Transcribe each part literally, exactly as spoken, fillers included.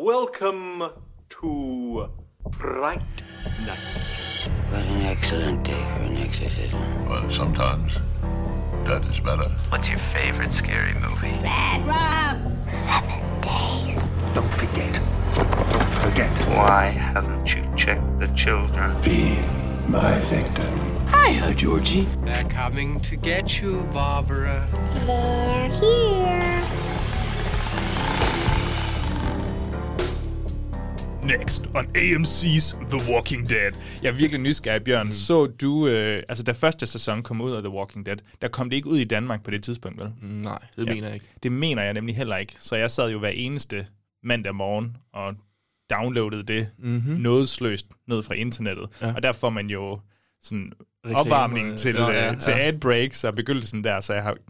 Welcome to Fright Night. What an excellent day for an exorcism. Well, sometimes that is better. What's your favorite scary movie? Red Rob! Seven days. Don't forget. Don't forget. Why haven't you checked the children? Be my victim. Hiya, Georgie. They're coming to get you, Barbara. They're here. Next on A M C's The Walking Dead. Jeg er virkelig nysgerrig, Bjørn. Mm. Så du, øh, altså da første sæson kom ud af The Walking Dead, der kom det ikke ud i Danmark på det tidspunkt, vel? Nej, det ja. mener jeg ikke. Det mener jeg nemlig heller ikke. Så jeg sad jo hver eneste mandag morgen og downloadede det mm-hmm. nådesløst ned fra internettet. Ja. Og der får man jo sådan reklamer, opvarmning til, ja, ja, ja. til ad breaks og begyndelsen der, så jeg har...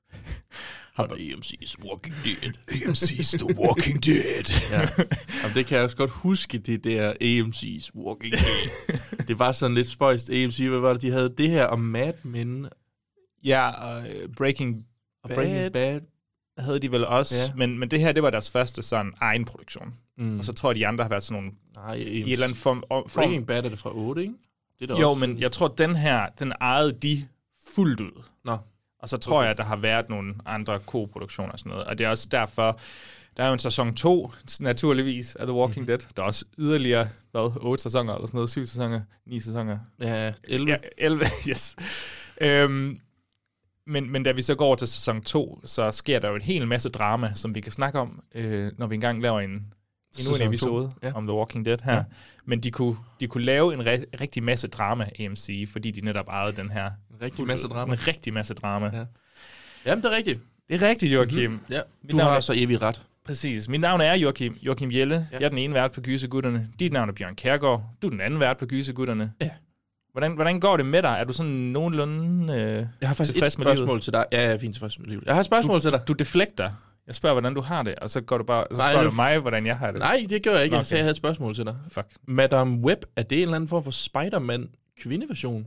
On A M C's Walking Dead. A M C's The Walking Dead. Ja. Jamen, det kan jeg også godt huske, det der A M C's Walking Dead. Det var sådan lidt spøjst. A M C, hvad var det, de havde? Det her om Mad Men. Ja, og uh, Breaking og Bad. Breaking Bad. Havde de vel også. Ja. Men, men det her, det var deres første sådan egen produktion. Mm. Og så tror jeg, de andre har været sådan nogle... Nej, i en eller anden form... form Breaking Bad er det fra otte, ikke? Det er jo, også, men jeg tror, den her, den ejede de fuldt ud. Nå. Og så tror okay. jeg, at der har været nogle andre koproduktioner og sådan noget. Og det er også derfor, der er jo en sæson to, naturligvis, af The Walking mm-hmm. Dead. Der er også yderligere, hvad, otte sæsoner eller sådan noget, syv sæsoner, ni sæsoner. Ja, elleve. Ja, elleve, yes. Øhm, men, men da vi så går til sæson to, så sker der jo en hel masse drama, som vi kan snakke om, øh, når vi engang laver en, endnu en episode ja. om The Walking Dead her. Ja. Men de kunne, de kunne lave en re- rigtig masse drama, A M C, fordi de netop ejede den her... En rigtig masse drama. En rigtig masse drama. Ja. Jamen, det er rigtigt. Det er rigtigt, Joachim. Mm-hmm. Ja, du har er, så evig ret. Præcis. Mit navn er Joachim, Joachim Jelle. Ja. Jeg er den ene vært på Gysergutterne. Dit navn er Bjørn Kjærgaard. Du er den anden vært på Gysergutterne. Ja. Hvordan, hvordan går det med dig? Er du sådan nogenlunde øh, Jeg har faktisk et spørgsmål til dig. Ja, jeg er fint tilfreds med livet. Jeg har et spørgsmål du, til dig. Du deflekter. Jeg spørger, hvordan du har det, og så går du bare, så spørger nej, du mig, hvordan jeg har det. Nej, det gør jeg ikke. Okay. Jeg sagde, jeg havde et spørgsmål til dig. Fuck. Madame Web, er det en eller anden form for Spider-Man-kvindeversion?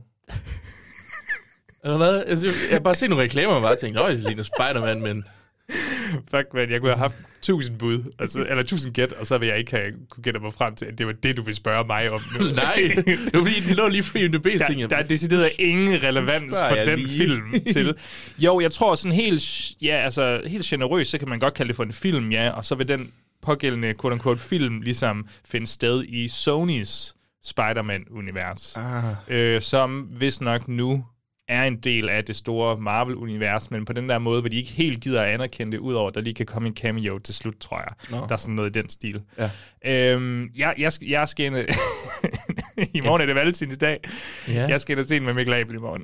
Eller hvad? Jeg har bare set nogle reklamer, og bare tænkt, nå, jeg ligner Spider-Man, men... Fuck, man, jeg kunne have haft tusind bud, altså, eller tusind gæt, og så ville jeg ikke have kunne gætte mig frem til, at det var det, du ville spørge mig om nu. Nej, det var fordi, det lå lige for I M D B's ting. Der, der er decideret ingen relevans for den lige. film til. Jo, jeg tror sådan helt, ja, altså, helt generøst, så kan man godt kalde det for en film, ja, og så vil den pågældende quote-unquote film ligesom finde sted i Sonys Spider-Man-univers, ah. øh, som hvis nok nu er en del af det store Marvel-univers, men på den der måde, hvor de ikke helt gider at anerkende det, udover at der lige kan komme en cameo til slut, tror jeg. Nå. Der er sådan noget i den stil. Ja. Øhm, jeg, jeg, jeg skal ind... I morgen ja. er det valentinsdag. Ja. Jeg skal ind og se den med Mikkel Abel i morgen.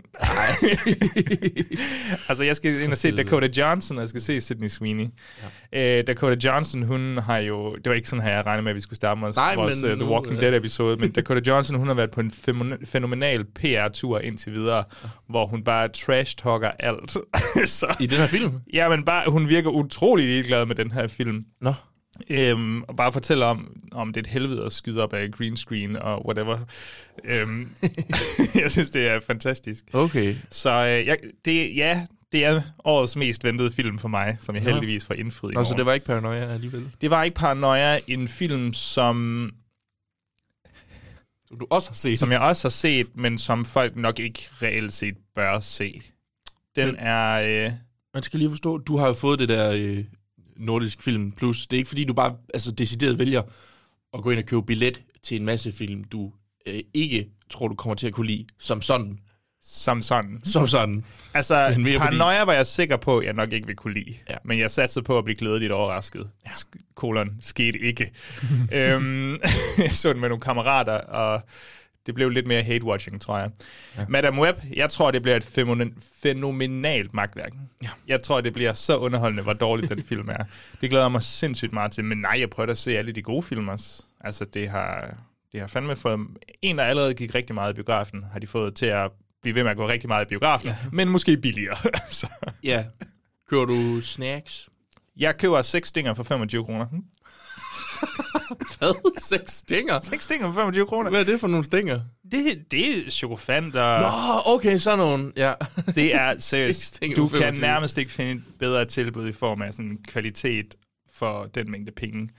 altså, jeg skal ind og se Dakota Johnson, og jeg skal se Sydney Sweeney. Ja. Øh, Dakota Johnson, hun har jo... Det var ikke sådan, her jeg regnede med, at vi skulle starte med Nej, vores uh, The Walking Dead-episode, men Dakota Johnson, hun har været på en fænomenal P R-tur indtil videre, ja. hvor hun bare trash-talker alt. Så, I den her film? Ja, men bare, hun virker utrolig ligeglad med den her film. Nå. Øhm, og bare fortælle om, om det er et helvede at skyde op af green screen og whatever. Øhm, jeg synes, det er fantastisk. Okay. Så øh, jeg, det, ja, det er årets mest ventede film for mig, som jeg ja. heldigvis får indfriet i morgen. Så det var ikke Paranoia alligevel? Det var ikke Paranoia, en film, som... Som du også har set? Som jeg også har set, men som folk nok ikke reelt set bør se. Den men, er... Øh, man skal lige forstå, du har jo fået det der... Øh, Nordisk Film Plus. Det er ikke fordi, du bare altså, decideret vælger at gå ind og købe billet til en masse film, du øh, ikke tror, du kommer til at kunne lide, som sådan. Som sådan. Som sådan. Altså, Paranoia fordi... var jeg sikker på, at jeg nok ikke ville kunne lide. Ja. Men jeg satsede på at blive glædeligt overrasket. Ja. Kolon skete ikke. øhm, jeg så den med nogle kammerater, og det blev lidt mere hate-watching, tror jeg. Ja. Madame Web, jeg tror, det bliver et fænomenalt magtværk. Ja. Jeg tror, det bliver så underholdende, hvor dårligt den film er. Det glæder mig sindssygt meget til. Men nej, jeg prøver at se alle de gode film også. Altså, det har, det har fandme fået... En, der allerede gik rigtig meget i biografen, har de fået til at blive ved med at gå rigtig meget i biografen. Ja. Men måske billigere. så. Ja. Køber du snacks? Jeg køber seks stinger for femogtyve kroner. Hm? Hvad? Seks stinger? Seks stinger for femogtyve kroner. Hvad er det for nogle stinger? Det, det er chokofant og... Nå, okay, sådan nogle, ja. Det er seriøst. Du kan nærmest ikke finde et bedre tilbud i form af sådan kvalitet for den mængde penge.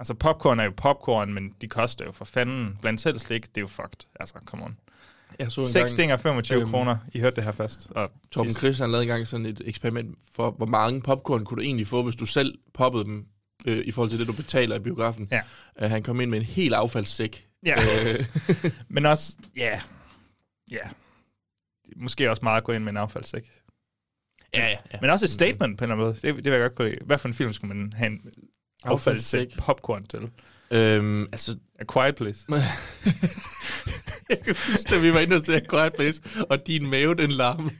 Altså, popcorn er jo popcorn, men de koster jo for fanden. Blandt selv slik, det er jo fucked. Altså, come on. seks stinger femogtyve øhm, kroner. I hørte det her først. Og Torben Chris, han lavede engang sådan et eksperiment for, hvor mange popcorn kunne du egentlig få, hvis du selv poppede dem, øh, i forhold til det, du betaler i biografen. Ja. Uh, han kom ind med en helt affaldssæk. Ja. Men også, ja, yeah. ja. Yeah. Måske også meget at gå ind med en affaldssæk. Ja, ja, ja. Men også et statement på en eller anden måde. Det, det vil jeg godt kunne lide. Hvad for en film skulle man have en affaldssæk popcorn til? Øhm, altså... A Quiet Place. Jeg kan huske, at vi var inde og se A Quiet Place, og din mave, den larmede.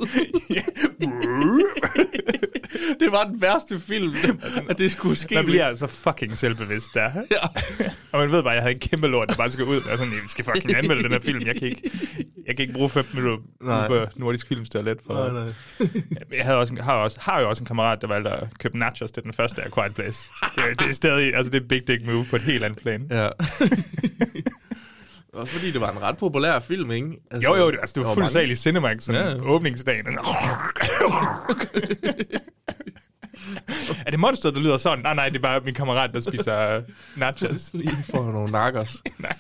Det var den værste film, at det skulle ske. Man bliver altså fucking selvbevidst der. Ja. Og man ved bare, at jeg havde en kæmpe lort, der bare skulle ud. Og sådan, vi skal fucking anmelde den her film. Jeg kan ikke, jeg kan ikke bruge femten minutter på nordisk filmstørlet for. Nej, nej. Jeg havde også en, har, også, har jo også en kammerat, der valgte at købe nachos til den første af Quiet Place. Det, det er stadig, altså det er big dick move på et helt andet plan. Ja. Også fordi det var en ret populær film, ikke? Altså, jo, jo, det, altså, det var fuldt sal i Cinemax, sådan ja. Åbningsdagen. Er det monsteret, der lyder sådan? Nej, nej, det er bare min kammerat, der spiser nachos. Lige for nogle nakkers.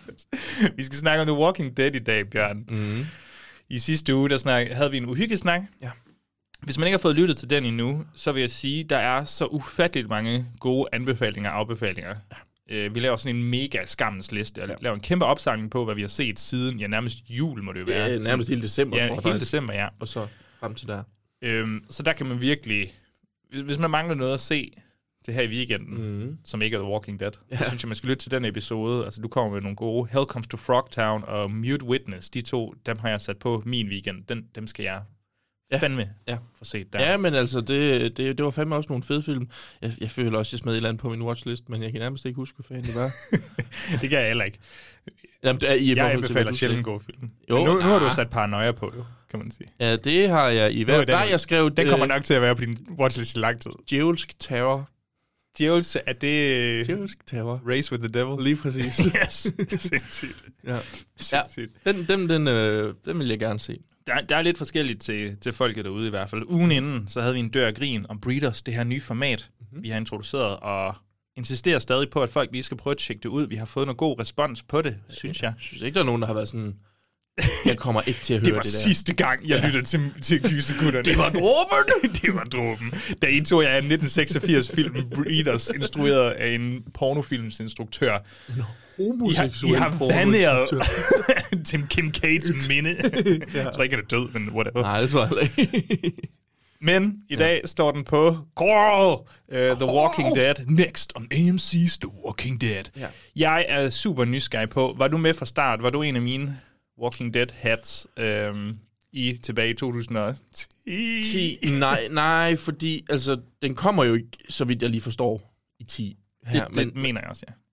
Vi skal snakke om The Walking Dead i dag, Bjørn. Mm. I sidste uge, der snak, havde vi en uhyggesnak. Ja. Hvis man ikke har fået lyttet til den endnu, så vil jeg sige, der er så ufatteligt mange gode anbefalinger og afbefalinger. Ja. Vi laver sådan en mega skammens liste, og laver en kæmpe opsamling på, hvad vi har set siden, ja, nærmest jul må det jo være. Ja, nærmest hele december, ja, tror jeg. hele december, ja. Og så frem til der. Øhm, så der kan man virkelig, hvis man mangler noget at se det her i weekenden, mm. som ikke er The Walking Dead, ja. Så synes jeg, man skal lytte til den episode. Altså, du kommer med nogle gode. Hell Comes to Frogtown og Mute Witness, de to, dem har jeg sat på min weekend. Den, dem skal jeg ja. fandme ja. få set der. Ja, men altså, det, det, det var fandme også nogle fede film. Jeg, jeg føler også, at jeg smed et eller andet på min watchlist, men jeg kan nærmest ikke huske, hvad fanden det var. Det kan jeg heller ikke. Jamen, det er, i jeg anbefaler sjældent gode film. Jo, nu, nu har du sat Paranoia på, jo, kan man sige. Ja, det har jeg i hvert fald. Jeg skrev... Den kommer nok til at være på din watchlist i lang tid. Djævelsk Terror. Djævelsk, er det... Djævelsk Terror. Race with the Devil? Lige præcis. Yes. Sindssygt. Ja. Sindssygt. Ja, den, den, den, øh, den vil jeg gerne se. Der, der er lidt forskelligt til, til folket derude i hvert fald. Ugen inden, så havde vi en dør af grin om Breeders, det her nye format, mm-hmm. vi har introduceret, og insisterer stadig på, at folk lige skal prøve at tjekke det ud. Vi har fået noget god respons på det, synes jeg. Jeg synes ikke, der er nogen, der har været sådan... Jeg kommer ikke til at høre det der. Det var sidste gang, jeg ja. lyttede til, til Gysegutterne. Det var dråben! Det var dråben. Da indtog jeg en nitten seksogfirs-film, Breeders, instrueret af en pornofilmsinstruktør. No. Homoseksuel I har, I har vanderet Tim Kim Cates minde. Ja. Jeg tror ikke, han er død, men whatever. Nej, det tror jeg ikke. Men i dag ja. står den på Coral, uh, The Walking Dead. Next on A M C's The Walking Dead. Ja. Jeg er super nysgerrig på, var du med fra start? Var du en af mine Walking Dead hats øhm, i tilbage i to tusind og ti? Nej, nej, fordi altså, den kommer jo ikke, så vidt jeg lige forstår, i ti. Her, det, men, det mener jeg også, ja.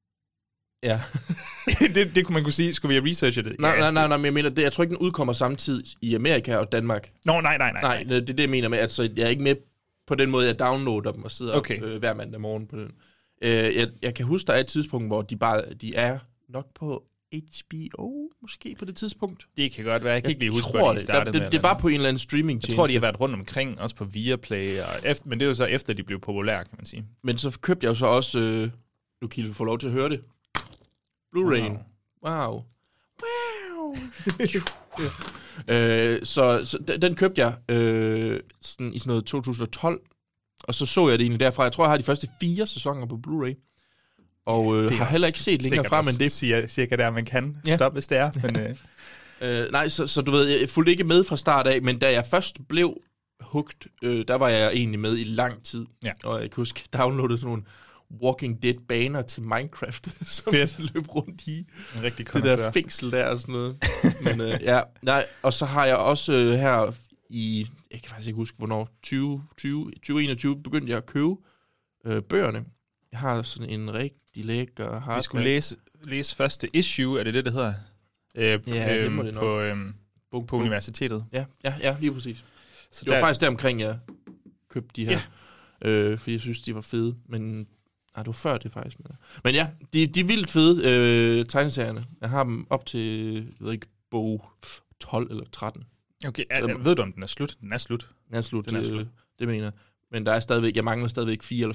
Ja. det, det kunne man kunne sige. Skulle vi have researchet det? Nej, ja. nej, nej, nej, men jeg mener, det, jeg tror ikke, den udkommer samtidig i Amerika og Danmark. Nå, nej, nej, nej. Nej, det er det, jeg mener med, altså, jeg er ikke med på den måde, jeg downloader dem og sidder okay. op, øh, hver mandag morgen på den. Øh, jeg, jeg kan huske, der er et tidspunkt, hvor de bare, de er nok på H B O, måske på det tidspunkt. Det kan godt være. Jeg kan jeg ikke lige huske, hvor de startede det. Det, det var på en eller anden streaming-tjeneste. Jeg tror, de har været rundt omkring, også på Viaplay, og efter, men det er jo så efter, de blev populære, kan man sige. Men så købte jeg jo så også, øh, nu kan I få lov til at høre det, Blu-ray'en. Wow. Wow. wow. øh, så så den, den købte jeg øh, sådan, i sådan noget to tusind og tolv, og så så jeg det egentlig derfra. Jeg tror, jeg har de første fire sæsoner på Blu-ray. Og øh, har heller ikke set længere frem end det. Siger cirka der, man kan ja. stoppe, hvis det er. Men, øh. øh, nej, så, så du ved, jeg fulgte ikke med fra start af, men da jeg først blev hooked, øh, der var jeg egentlig med i lang tid. Ja. Og jeg kan huske, jeg downloadede sådan nogle Walking Dead baner til Minecraft, som jeg løb rundt i. En rigtig det der fængsel der og sådan noget. Men, øh, ja, nej, og så har jeg også øh, her i, jeg kan faktisk ikke huske, hvornår, tyve enogtyve begyndte jeg at købe øh, bøgerne. Jeg har sådan en rigtig lækker hardback. Vi skulle læse, læse første issue, er det det, det hedder? Øh, ja, øh, det må det nok. På, øh, på, på universitetet. Ja, ja, ja, lige præcis. Så det der, var faktisk deromkring, jeg købte de her. Ja. Øh, fordi jeg synes, de var fede. Men nej, det var før det faktisk. Men ja, de, de er vildt fede, øh, tegneserierne. Jeg har dem op til, jeg ved ikke, bog tolv eller tretten. Okay, er, er, ved du, om den er slut? Den er slut. Den er slut, den er slut. Det, det mener jeg. Men der er stadigvæk, jeg mangler stadigvæk fire eller fem.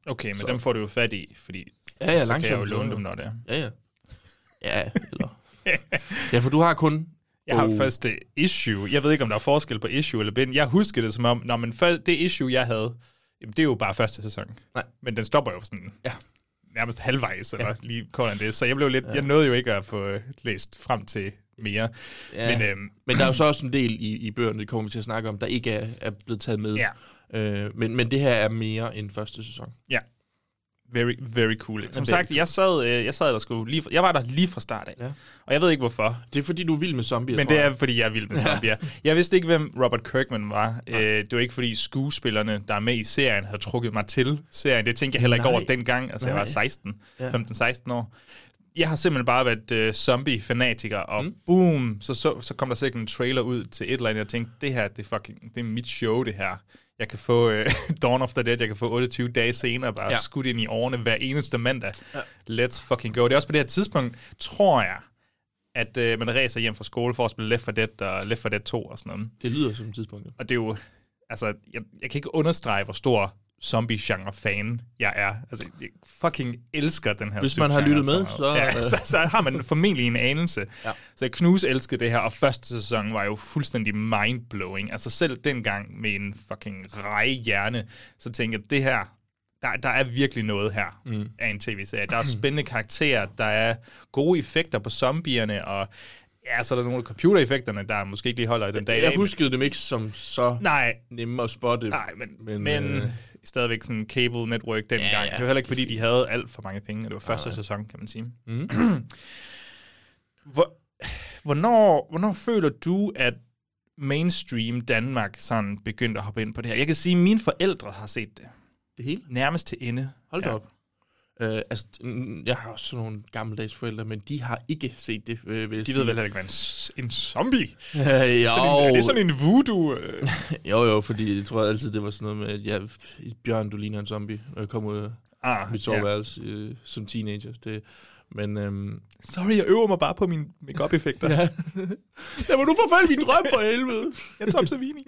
Okay, men så. dem får du jo fat i, fordi ja, ja, så langsomt, kan jeg jo låne så, dem, når det er. Ja, ja. Ja, eller... ja, for du har kun... Jeg har første issue. Jeg ved ikke, om der er forskel på issue eller bind. Jeg husker det som om, når man det issue, jeg havde, jamen, det er jo bare første sæson. Nej. Men den stopper jo sådan ja. nærmest halvvejs, eller ja. lige kort end det. Så jeg blev lidt, ja. jeg nåede jo ikke at få læst frem til mere. Ja. Men, øhm, men der er jo så også en del i, i bøgerne, det kommer vi til at snakke om, der ikke er, er blevet taget med. Ja. Øh, men, men det her er mere end første sæson. Ja. Very, very cool. Som sagt, jeg sad, øh, jeg sad der skulle lige fra, jeg var der lige fra start af. Ja. Og jeg ved ikke hvorfor. Det er fordi du er vild med zombier. Men det er fordi jeg er vild med zombier. Ja. Jeg vidste ikke hvem Robert Kirkman var. Øh, det var ikke fordi skuespillerne der er med i serien havde trukket mig til serien. Det tænkte jeg heller ikke Nej. over dengang. Altså Nej. jeg var seksten, ja. femten seksten år. Jeg har simpelthen bare været øh, zombie-fanatiker, og mm. boom, så, så, så kom der sikkert en trailer ud til et eller andet, jeg tænkte, det her, det er fucking, det er mit show, det her. Jeg kan få øh, Dawn of the Dead, jeg kan få otteogtyve dage senere, bare ja. skudt ind i årene hver eneste mandag. Ja. Let's fucking go. Det er også på det her tidspunkt, tror jeg, at øh, man ræser hjem fra skole for at spille Left four Dead og Left four Dead to og sådan noget. Det lyder som et tidspunkt. Ja. Og det er jo, altså, jeg, jeg kan ikke understrege, hvor stor zombie-genre-fan jeg er. Altså, jeg fucking elsker den her. Hvis man har lyttet med, så... Ja, så, så har man formentlig en anelse. Ja. Så jeg knus elskede det her, og første sæson var jo fuldstændig mind-blowing. Altså selv dengang med en fucking rejehjerne, så tænkte jeg, det her, der, der er virkelig noget her mm. af en tv-serie. Der er spændende karakterer, der er gode effekter på zombierne, og ja, så er der nogle af computereffekterne, der måske ikke lige holder i den dag. Jeg huskede dem ikke som så Nej. nemme at spotte. Nej, men... men, men øh... stadigvæk sådan cable network dengang. Ja, ja. Det var heller ikke, fordi de havde alt for mange penge, og det var første ja, ja. sæson, kan man sige. Mm. Hvor, hvornår, hvornår føler du, at mainstream Danmark sådan begyndte at hoppe ind på det her? Jeg kan sige, at mine forældre har set det. Det hele? Nærmest til ende. Hold da ja. op. Uh, altså, jeg har også nogle gammeldags forældre, men de har ikke set det. Øh, de sige. ved vel heller ikke, hvad en, en zombie? Uh, jo. Sådan en, er det sådan en voodoo? jo, jo, fordi jeg tror altid, det var sådan noget med, at ja, Bjørn, du ligner en zombie, når jeg kom ud af ah, mit soveværelse ja. øh, som teenager. Det, men, øhm, sorry, jeg øver mig bare på mine make-up-effekter. ja. Lad mig nu forfølge min drøm for helvede. Jeg er Tom Savini.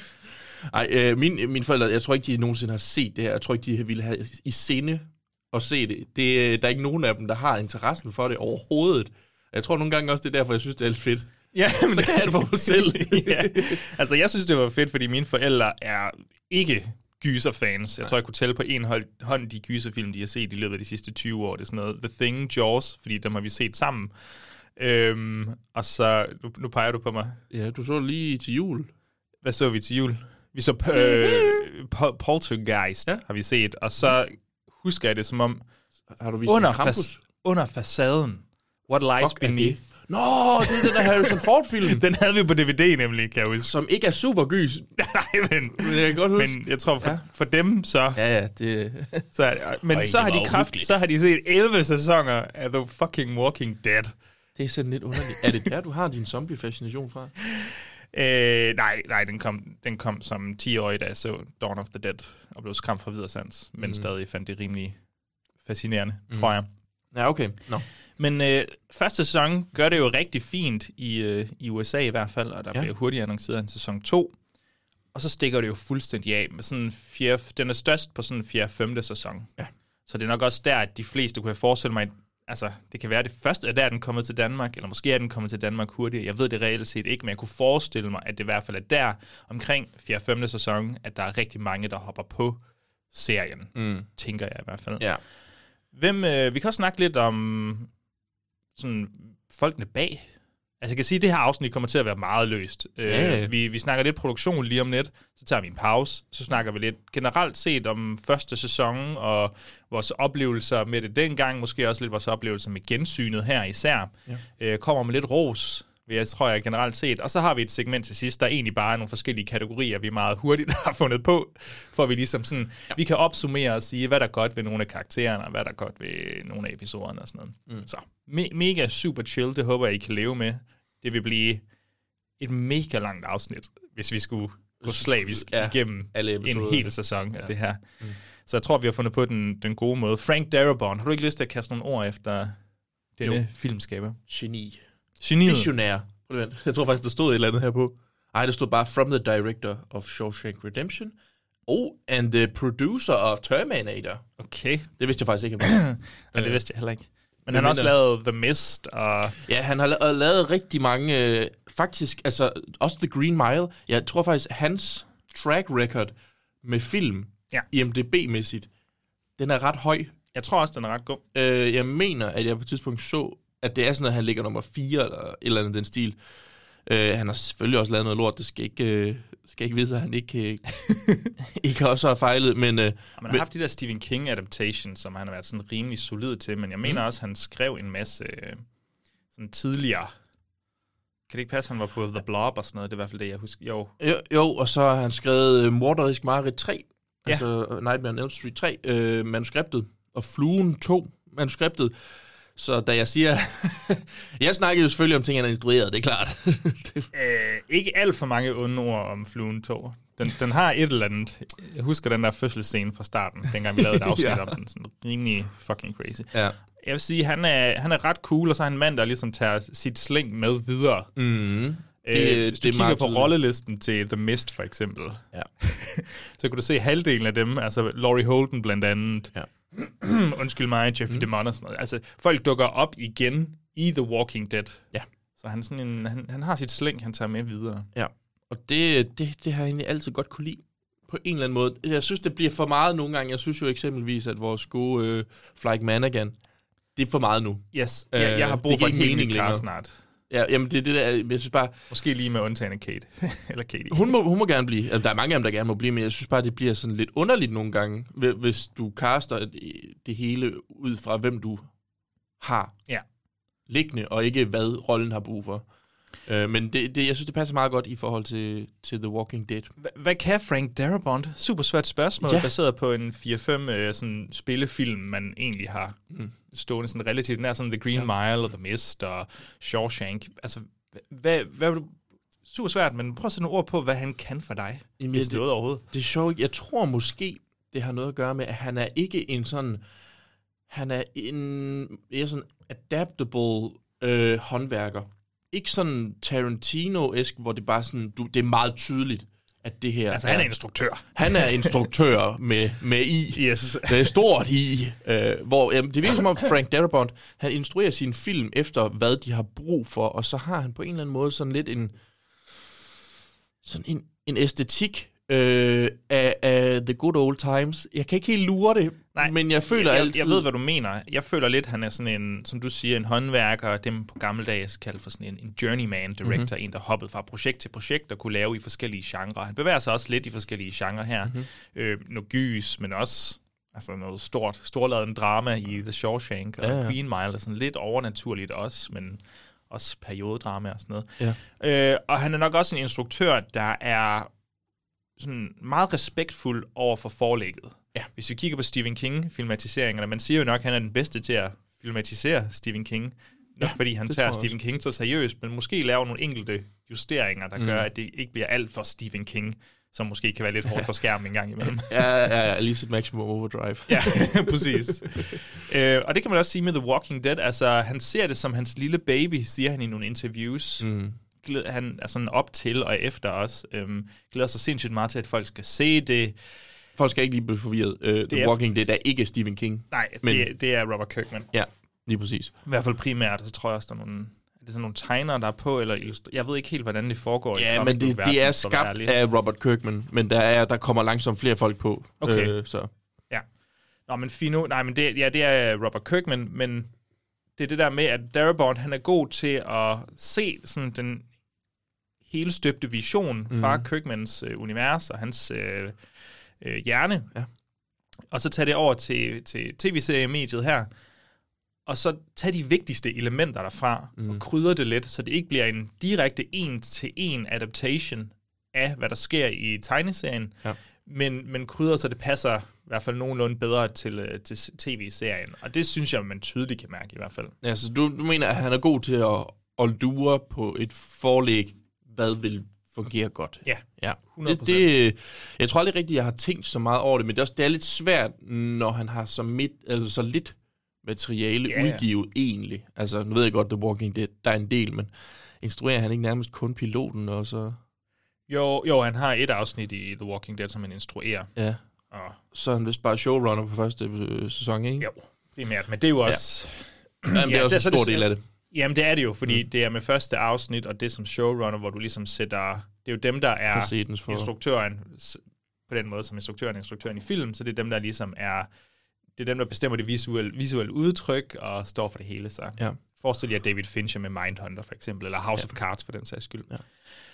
Ej, øh, mine, mine forældre, jeg tror ikke, de nogensinde har set det her. Jeg tror ikke, de ville have i scene at se det. det. Der er ikke nogen af dem, der har interessen for det overhovedet. Jeg tror nogle gange også, det er derfor, jeg synes, det er lidt fedt. Ja, men så kan jeg det for mig selv. ja. Altså, jeg synes, det var fedt, fordi mine forældre er ikke gyserfans. Jeg Nej. tror, jeg kunne tælle på en hånd de gyserfilm, de har set i løbet af de sidste tyve år. Det er sådan noget The Thing, Jaws, fordi dem har vi set sammen. Øhm, og så, nu, nu peger du på mig. Ja, du så lige til jul. Hvad så vi til jul? Vi så øh, Poltergeist, ja. har vi set, og så husker jeg det som om, har du vist under, fa- under facaden, What Lies Beneath. Nå, det er den der Harrison Ford-film. Den havde vi på D V D nemlig, kan jeg huske. Som ikke er super gys. Nej, men, men, jeg kan godt huske. men jeg tror, for, ja. for dem så... Ja, ja, det... så, men Øj, så, har de kraft, så har de set elleve sæsoner af The fucking Walking Dead. Det er sådan lidt underligt. Er det der, du har din zombie-fascination fra? Øh, nej, nej den, kom, den kom som ti-årig, da jeg så Dawn of the Dead, og blev skræmt fra videresans, men mm. stadig fandt det rimelig fascinerende, mm. tror jeg. Ja, okay. No. Men øh, første sæson gør det jo rigtig fint i, øh, i U S A i hvert fald, og der ja. bliver hurtigt annonceret en sæson to. Og så stikker det jo fuldstændig af med sådan fjerde, den er størst på sådan en fjerde femte sæson. Ja. Så det er nok også der, at de fleste kunne have forestillet mig, altså det kan være, at det første er der, den kommet til Danmark, eller måske er den kommet til Danmark hurtigt. Jeg ved det reelt set ikke, men jeg kunne forestille mig, at det i hvert fald er der, omkring fjerde femte sæson, at der er rigtig mange, der hopper på serien, mm. tænker jeg i hvert fald. Ja. Hvem, øh, vi kan også snakke lidt om sådan folkene bag. Altså jeg kan sige, at det her afsnit kommer til at være meget løst. Ja. Øh, vi, vi snakker lidt produktion lige om lidt, så tager vi en pause, så snakker vi lidt generelt set om første sæson og vores oplevelser med det dengang, måske også lidt vores oplevelser med gensynet her især. Ja. Øh, kommer med lidt ros, jeg tror jeg generelt set. Og så har vi et segment til sidst, der egentlig bare er nogle forskellige kategorier, vi meget hurtigt har fundet på, for vi ligesom sådan, ja. vi kan opsummere og sige, hvad der er godt ved nogle af karaktererne, og hvad der er godt ved nogle af episoderne og sådan noget. Mm. Så me- mega super chill, det håber jeg, I kan leve med. Det vil blive et mega langt afsnit, hvis vi skulle gå slavisk ja. igennem en hel sæson ja. af det her. Mm. Så jeg tror, vi har fundet på den, den gode måde. Frank Darabont, har du ikke lyst til at kaste nogle ord efter denne jo. filmskaber? Geni. Geniet. Visionær. Jeg tror faktisk, der stod et eller andet her på. Ej, der stod bare From the Director of Shawshank Redemption Oh, and the producer of Terminator. Okay. Det vidste jeg faktisk ikke. ja, det vidste jeg heller ikke. Men han har også lavet The Mist og... Ja, han har la- lavet rigtig mange... Øh, faktisk, altså også The Green Mile. Jeg tror faktisk, hans track record med film, ja. I M D B-mæssigt, den er ret høj. Jeg tror også, den er ret god. Øh, jeg mener, at jeg på et tidspunkt så, at det er sådan, at han ligger nummer fire, eller et eller andet den stil. Øh, han har selvfølgelig også lavet noget lort, det skal ikke, øh, skal ikke vide, at han ikke, øh, ikke også har fejlet. Men, øh, ja, man har haft de der Stephen King adaptations, som han har været sådan rimelig solid til, men jeg mener mm. også, at han skrev en masse øh, sådan tidligere. Kan det ikke passe, at han var på The Blob og sådan noget? Det er i hvert fald det, jeg husker. Jo, jo, jo og så har han skrevet øh, Morderisk Mareridt tre, ja. altså Nightmare on Elm Street tre, øh, manuskriptet, og Fluen to, manuskriptet. Så da jeg siger... jeg snakkede jo selvfølgelig om ting, han har instrueret, det er klart. øh, ikke alt for mange onde ord om Fluen to. Den, den har et eller andet... Jeg husker den der fødselsscene fra starten, dengang vi lavede et afsnit ja. om den. Sådan rimelig fucking crazy. Ja. Jeg vil sige, han er, han er ret cool, og så er han en mand, der ligesom tager sit sling med videre. Mm. Øh, det, hvis du det kigger på rollelisten til The Mist, for eksempel, ja. så kunne du se halvdelen af dem, altså Laurie Holden blandt andet... Ja. Undskyld mig, Jeffrey mm. DeMonn og sådan noget. Altså, folk dukker op igen i The Walking Dead. Ja. Så han, sådan en, han, han har sit sling, han tager med videre. Ja, og det, det, det har jeg egentlig altid godt kunne lide. På en eller anden måde. Jeg synes, det bliver for meget nogle gange. Jeg synes jo eksempelvis, at vores gode øh, Flyke Managan, det er for meget nu. Yes, jeg, jeg har brug for en helt ny klar snart. Ja, jamen det er det der, jeg synes bare... Måske lige med undtagen af Kate. Eller Katie. Hun må, hun må gerne blive. Altså, der er mange af dem, der gerne må blive, men jeg synes bare, det bliver sådan lidt underligt nogle gange, hvis du caster det hele ud fra, hvem du har ja. liggende, og ikke hvad rollen har brug for. Uh, men det, det, jeg synes, det passer meget godt i forhold til, til The Walking Dead. H- hvad kan Frank Darabont? Super svært spørgsmål, ja. baseret på en fire fem øh, sådan spillefilm, man egentlig har mm. stående sådan relativt nær, sådan The Green ja. Mile og The Mist og Shawshank. Altså, hvad, hvad vil du... Super svært, men prøv at sætte nogle ord på, hvad han kan for dig, Jamen, hvis det, det er overhovedet. Det er sjovt. Jeg tror måske, det har noget at gøre med, at han er ikke en sådan... Han er en, en sådan adaptable øh, håndværker. Ikke sådan Tarantino-esk, hvor det bare sådan, du, det er meget tydeligt, at det her... Altså, er, han er instruktør. Han er instruktør med, med I. Yes. Det er stort I. Øh, hvor, jamen, det virker som om Frank Darabont, han instruerer sin film efter, hvad de har brug for, og så har han på en eller anden måde sådan lidt en... Sådan en, en æstetik øh, af, af The Good Old Times. Jeg kan ikke helt lure det, Nej, men jeg føler jeg, altid... Jeg ved, hvad du mener. Jeg føler lidt, han er sådan en, som du siger, en håndværker, dem på gammeldags kaldt for sådan en, en journeyman director, mm-hmm. en, der hoppede fra projekt til projekt og kunne lave i forskellige genrer. Han bevæger sig også lidt i forskellige genrer her. Mm-hmm. Øh, noget gys, men også altså noget stort, storladen drama i The Shawshank og ja, ja. Green Mile, er sådan lidt overnaturligt også, men også periodedrama og sådan noget. Ja. Øh, og han er nok også en instruktør, der er sådan meget respektfuld over for forlægget. Ja. Hvis vi kigger på Stephen King-filmatiseringerne, man siger jo nok, at han er den bedste til at filmatisere Stephen King, nok ja, fordi han tager Stephen King så seriøst, men måske laver nogle enkelte justeringer, der mm. gør, at det ikke bliver alt for Stephen King, som måske kan være lidt hårdt på skærmen en gang imellem. ja, ja, ja, lige sit maximum overdrive. ja, præcis. øh, og det kan man også sige med The Walking Dead, altså han ser det som hans lille baby, siger han i nogle interviews. Mm. Han er sådan op til og efter os. Øhm, glæder sig sindssygt meget til, at folk skal se det. Folk skal ikke lige blive forvirret. Uh, The Walking Dead er ikke Stephen King. Nej, men det, det er Robert Kirkman. Ja, lige præcis. I hvert fald primært, så tror jeg også, der er nogle... Er det sådan nogle tegnere, der er på, eller illustrer? Jeg ved ikke helt, hvordan det foregår. Ja, men det, verden, det er skabt af Robert Kirkman, men der, er, der kommer langsomt flere folk på. Okay. Øh, så. Ja. Nå, men fino... Nej, men det, ja, det er Robert Kirkman, men det er det der med, at Darabont, han er god til at se sådan den hele støbte vision fra mm. Kirkmans øh, univers og hans øh, øh, hjerne. Ja. Og så tage det over til, til tv-seriemediet her, og så tage de vigtigste elementer derfra mm. og krydre det lidt, så det ikke bliver en direkte en-til-en adaptation af, hvad der sker i tegneserien, ja. men, men krydre, så det passer i hvert fald nogenlunde bedre til, til tv-serien. Og det synes jeg, man tydeligt kan mærke i hvert fald. Ja, så du, du mener, at han er god til at, at lure på et forlæg, hvad vil fungere godt. Ja, ja. hundrede procent. Det, det, jeg tror aldrig rigtigt, jeg har tænkt så meget over det, men det er, også, det er lidt svært, når han har så, midt, altså så lidt materiale ja, ja. udgivet egentlig. Altså, nu ved jeg godt, The Walking Dead, der er en del, men instruerer han ikke nærmest kun piloten, og så... Jo, jo, han har et afsnit i The Walking Dead, som han instruerer. Ja. Og så er han vist bare showrunner på første øh, sæson, ikke? Jo, primært. Men det er jo også... Ja. Jamen, det er ja, også det, en stor det, del af det. Jamen, det er det jo, fordi mm. det er med første afsnit, og det som showrunner, hvor du ligesom sætter... Det er jo dem, der er for... instruktøren, på den måde, som instruktøren er instruktøren i film, så det er dem, der ligesom er... Det er dem, der bestemmer det visuelle, visuelle udtryk, og står for det hele. Så ja. Forestil jer David Fincher med Mindhunter, for eksempel, eller House ja. of Cards, for den sags skyld. Ja.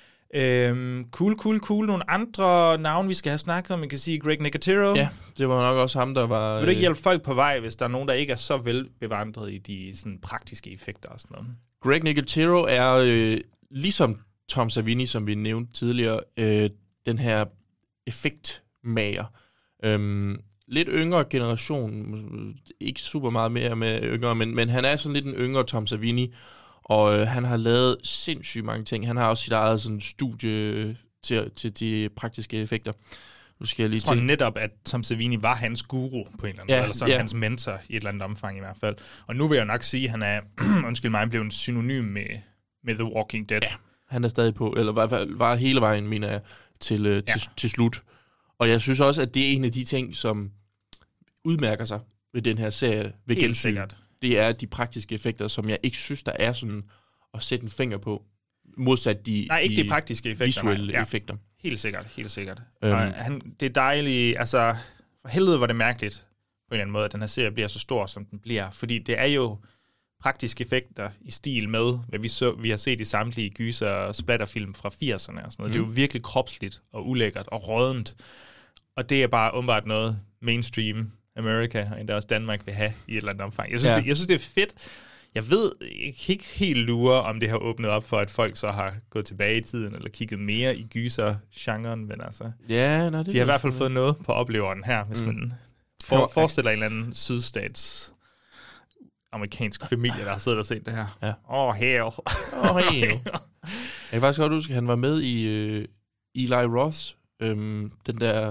Øhm, cool, cool, cool. Nogle andre navne, vi skal have snakket om. Man kan sige Greg Nicotero. Ja, det var nok også ham, der var... Vil du ikke hjælpe folk på vej, hvis der er nogen, der ikke er så velbevandret i de sådan, praktiske effekter og sådan noget? Greg Nicotero er, øh, ligesom Tom Savini, som vi nævnte tidligere, øh, den her effektmager. Øhm, lidt yngre generation, ikke super meget mere med yngre, men, men han er sådan lidt en yngre Tom Savini, og øh, han har lavet sindssygt mange ting. Han har også sit eget sådan, studie til, til de praktiske effekter. Nu skal jeg lige jeg tror tænke. netop, at Tom Savini var hans guru på en eller anden ja, måde, eller sådan ja. hans mentor i et eller andet omfang i hvert fald. Og nu vil jeg nok sige, at han er, undskyld mig, blevet en synonym med, med The Walking Dead. Ja, han er stadig på, eller var, var hele vejen, mener jeg, til, øh, ja. til, til slut. Og jeg synes også, at det er en af de ting, som udmærker sig ved den her serie, ved Helt gensyn. Sikkert. Det er de praktiske effekter, som jeg ikke synes, der er sådan at sætte en finger på, modsat de, nej, ikke de, de praktiske effekter, visuelle ja. effekter. Helt sikkert, helt sikkert. Øhm. Og han, det er dejligt, altså for helvede var det mærkeligt på en eller anden måde, at den her serie bliver så stor, som den bliver. Fordi det er jo praktiske effekter i stil med, hvad vi, så, vi har set i samtlige gyser- og splatterfilm fra firserne og sådan noget. Mm. Det er jo virkelig kropsligt og ulækkert og rådent. Og det er bare umiddelbart noget mainstream America, og endda også Danmark vil have i et eller andet omfang. Jeg synes, ja. det, jeg synes det er fedt. Jeg ved ikke helt lure, om det har åbnet op for, at folk så har gået tilbage i tiden, eller kigget mere i gyser-genren, men altså... Ja, nej, det de har i hvert fald fået noget på opleveren her, hvis mm. man for, forestiller en eller anden sydstats amerikansk familie, der har siddet og set det her. Ja. Åh, oh, hell. Åh, oh, hell. Jeg kan faktisk godt huske, at han var med i uh, Eli Roths, um, den der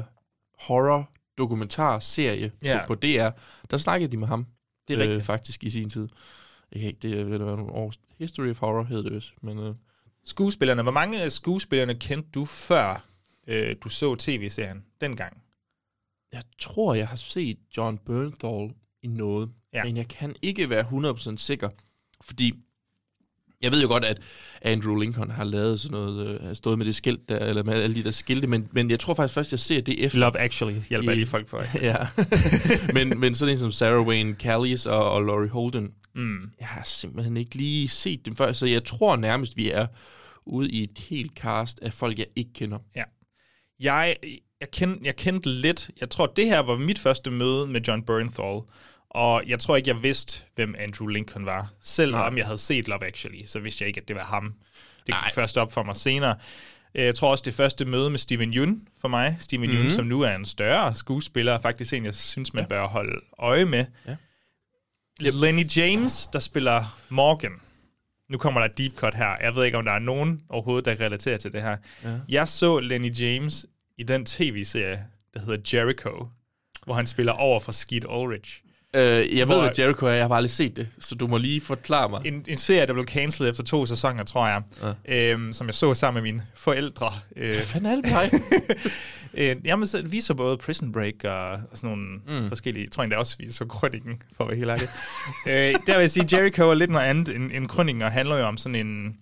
horror-dokumentarserie yeah. på, på D R. Der snakkede de med ham. Det er rigtigt. Øh, faktisk i sin tid. Jeg kan ikke, det ved være nogle år. History of Horror hed det vist. Men, øh. Skuespillerne. Hvor mange af skuespillerne kendte du før øh, du så tv-serien dengang? Jeg tror, jeg har set John Bernthal i noget. Ja. Men jeg kan ikke være hundrede procent sikker. Fordi jeg ved jo godt, at Andrew Lincoln har lavet sådan noget, øh, har stået med det skilt der, eller med alle de der skilte, men, men jeg tror faktisk først, jeg ser det efter. Love Actually hjælper alle folk på. Ja. men, men sådan en som Sarah Wayne Callies og, og Laurie Holden, mm. jeg har simpelthen ikke lige set dem før, så jeg tror nærmest, vi er ude i et helt cast af folk, jeg ikke kender. Ja. Jeg, jeg, kendte, jeg kendte lidt, jeg tror, det her var mit første møde med John Bernthal, og jeg tror ikke, jeg vidste, hvem Andrew Lincoln var. Selvom Nej. jeg havde set Love Actually, så vidste jeg ikke, at det var ham. Det gik først op for mig senere. Jeg tror også, det første møde med Steven Yeun for mig. Steven mm-hmm. Yeun, som nu er en større skuespiller, faktisk en, jeg synes, man ja. bør holde øje med. Ja. Lenny James, der spiller Morgan. Nu kommer der et deep cut her. Jeg ved ikke, om der er nogen overhovedet, der relaterer til det her. Ja. Jeg så Lenny James i den tv-serie, der hedder Jericho, hvor han spiller over for Skeet Ulrich. Øh, jeg ved, hvad Jericho er. Jeg har bare aldrig set det, så du må lige forklare mig. En, en serie, der blev cancelled efter to sæsoner, tror jeg, ja. øhm, som jeg så sammen med mine forældre. Øh, hvad fanden er det med dig? øh, jamen, så, vi så både Prison Break og, og sådan nogle mm. forskellige... Jeg tror endda også, vi så Krøniken, for at være helt ærlig. øh, der vil jeg sige, Jericho er lidt noget andet end, end Krøniken, og handler jo om sådan en...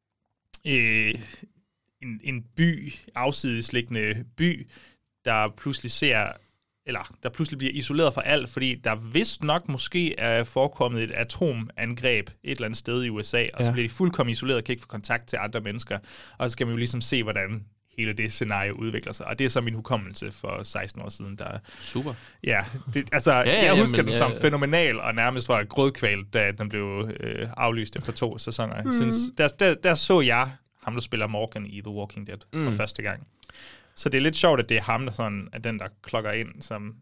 Øh, en, en by, afsidesliggende by, der pludselig ser... eller der pludselig bliver isoleret fra alt, fordi der vist nok måske er forekommet et atomangreb et eller andet sted i U S A, og ja. så bliver de fuldkommen isoleret og kan ikke få kontakt til andre mennesker. Og så skal man jo ligesom se, hvordan hele det scenarie udvikler sig. Og det er så min hukommelse for seksten år siden. Der, Super. Ja, det, altså, ja, ja, jeg husker jamen, den som ja, ja. fænomenal, og nærmest var grødkvalt, da den blev øh, aflyst efter to sæsoner. Mm. Synes, der, der, der så jeg ham, der spiller Morgan i The Walking Dead mm. for første gang. Så det er lidt sjovt, at det er ham, der sådan, er den, der klokker ind som...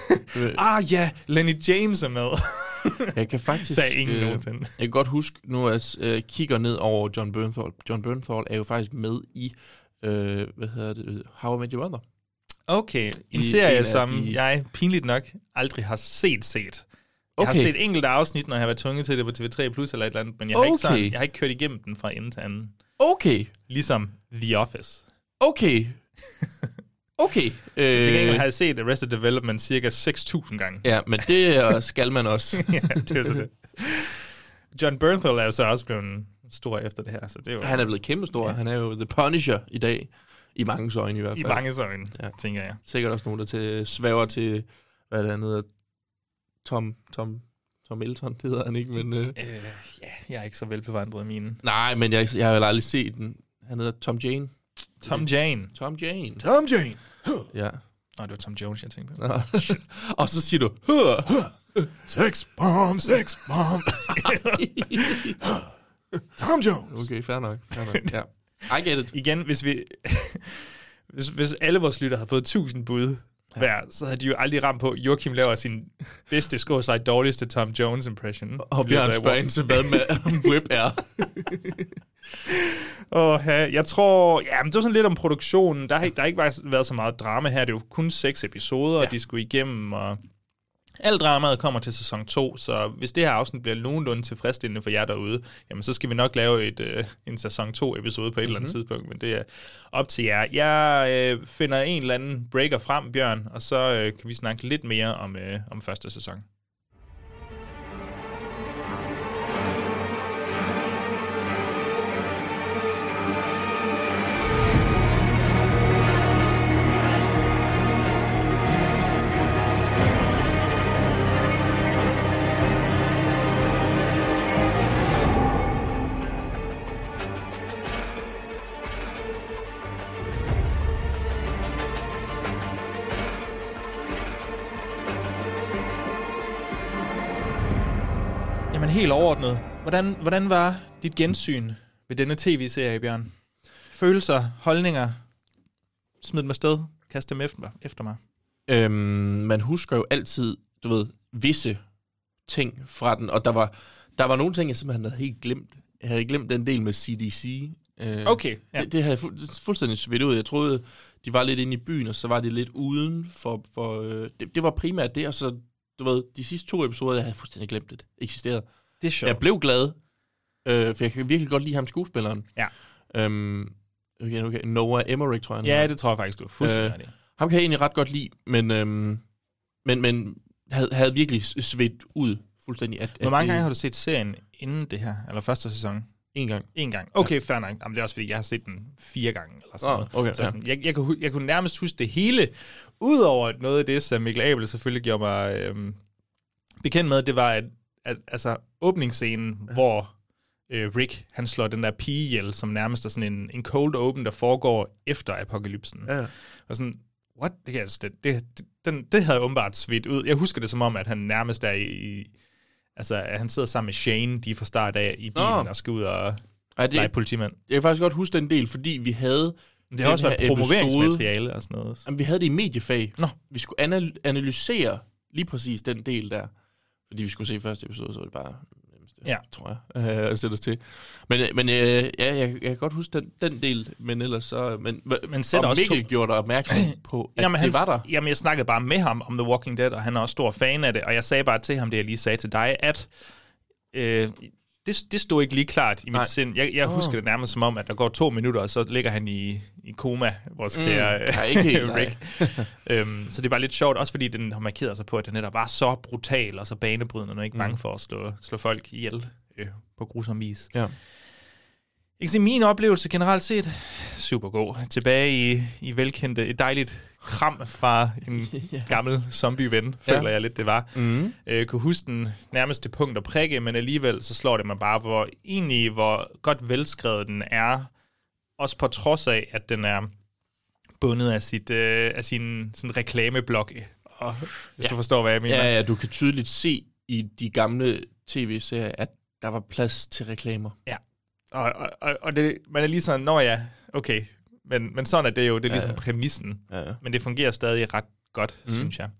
ah ja, Lenny James er med. Jeg kan faktisk... Sagde ingen øh, nogensinde. Jeg kan godt huske, nu at jeg øh, kigger ned over John Bernthal. John Bernthal er jo faktisk med i, øh, hvad hedder det, How I Met Your Mother. Okay, en I, serie, en som de... jeg pinligt nok aldrig har set set. Jeg okay. har set enkelte afsnit, når jeg har været tvunget til det på T V tre plus eller et eller andet, men jeg har, okay. ikke, sådan, jeg har ikke kørt igennem den fra ende til anden. Okay. Ligesom The Office. Okay. Okay. Øh, Til gengæld har jeg set Arrested Development cirka seks tusind gange. Ja, men det skal man også. Ja, det er så det. John Bernthal er jo så også blevet stor efter det her. Så det er jo, han er blevet kæmpe stor. Ja. Han er jo The Punisher i dag. I mange øjne i hvert fald. I mange øjne, ja. tænker jeg. Sikkert også nogen, der til, svæver til, hvad det hedder, Tom, Tom, Tom Elton, det hedder han ikke, men... Øh, øh, ja, jeg er ikke så velbevandret i mine. Nej, men jeg, jeg har jo aldrig set den. Han hedder Tom Jane. Tom Jane. Tom Jane. Tom Jane. Ja. Nå, det var Tom Jones, jeg tænkte på. Og så siger du... Sex bomb, sex bomb. Tom Jones. Okay, fair nok. Fair nok. Ja. I get it. Igen, hvis vi... hvis, hvis alle vores lytter havde fået tusind bud ja. hver, så havde de jo aldrig ramt på, Joachim laver sin bedste, skårsej dårligste Tom Jones impression. Og Bjørn spørger ind til, hvad med web er. Og jeg tror, ja, men det var sådan lidt om produktionen. Der har, der har ikke været så meget drama her. Det er jo kun seks episoder, ja. de skulle igennem, og alt dramaet kommer til sæson to, så hvis det her afsnit bliver nogenlunde tilfredsstillende for jer derude, jamen så skal vi nok lave et, øh, en sæson to episode på et mm-hmm. eller andet tidspunkt, men det er op til jer. Jeg øh, finder en eller anden breaker frem, Bjørn, og så øh, kan vi snakke lidt mere om, øh, om første sæson. Jamen helt overordnet. Hvordan, hvordan var dit gensyn ved denne tv-serie, Bjørn? Følelser, holdninger? Smid dem afsted. Kast dem efter, efter mig. Øhm, man husker jo altid, du ved, visse ting fra den, og der var, der var nogle ting, jeg simpelthen havde helt glemt. Jeg havde glemt den del med C D C. Øh, okay, ja. Det, det havde jeg fu- fuldstændig svedt ud. Jeg troede, de var lidt inde i byen, og så var de lidt uden for... for øh, det, det var primært det, og så, du ved, de sidste to episoder, jeg havde fuldstændig glemt det. Eksisterede. Det er sjovt. Jeg blev glad, øh, for jeg kan virkelig godt lide ham, skuespilleren. Ja. Øhm, okay, okay. Noah Emmerich, tror jeg. Ja, har. Det tror jeg faktisk, du er fuldstændig øh, ham kan jeg egentlig ret godt lide, men, øhm, men, men havde, havde virkelig svedt ud fuldstændig. At, Hvor mange at, gange har du set serien inden det her, eller første sæson? En gang. En gang. Okay, ja. Fair nok. Jamen, det er også fordi, jeg har set den fire gange. Eller sådan oh, noget. Okay, så sådan, ja. jeg, jeg, kunne, jeg kunne nærmest huske det hele, udover noget af det, som Mikkel Abel selvfølgelig gjorde mig øhm, bekendt med, det var, at, at altså, åbningsscenen, ja. hvor øh, Rick, han slår den der pige ihjel, som nærmest er sådan en, en cold open, der foregår efter apokalypsen. Ja. Og sådan, what? Det, kan, det, det, det, den, det havde åbenbart svedt ud. Jeg husker det som om, at han nærmest er i... i altså, at han sidder sammen med Shane, de fra start af i bilen, oh. og skal ud og Ej, det, lege politimand. Jeg kan faktisk godt huske den del, fordi vi havde... Det har også været promoveringsmateriale og sådan noget. Jamen, vi havde det i mediefag. Nå. Vi skulle anal- analysere lige præcis den del der. Fordi vi skulle se første episode, så var det bare... Ja. Tror jeg, øh, at sætte os til. Men, men øh, ja, jeg, jeg kan godt huske den, den del, men ellers så... Men, men og Mikkel to... gjorde dig opmærksom på, at jamen, det han, var der. Jamen, jeg snakkede bare med ham om The Walking Dead, og han er også stor fan af det, og jeg sagde bare til ham, det jeg lige sagde til dig, at øh, det, det stod ikke lige klart i mit Nej. sind. Jeg, jeg husker oh. det nærmest som om, at der går to minutter, og så ligger han i, i koma, vores mm. kære ja, ikke helt, Rick. øhm, så det er bare lidt sjovt, også fordi den har markeret sig på, at den netop var så brutal og så banebrydende, og ikke mm. bange for at slå, slå folk ihjel øh, på grusom vis. Ja. Jeg kan sige, min oplevelse generelt set, super god. Tilbage i, i velkendte, et dejligt kram fra en ja. gammel zombie-ven, føler ja. jeg lidt, det var. Mm. Øh, kunne huske den nærmest til punkt og prikke, men alligevel så slår det mig bare, hvor egentlig, hvor godt velskrevet den er, også på trods af, at den er bundet af, sit, øh, af sin sådan reklameblok. Og, hvis ja. du forstår, hvad jeg mener. Ja, ja, du kan tydeligt se i de gamle tv-serier, at der var plads til reklamer. Ja. Og, og, og det, man er lige sådan, nå ja, okay, men, men sådan er det jo, det er ligesom ja, ja. præmissen. Ja, ja. Men det fungerer stadig ret godt, mm. synes jeg.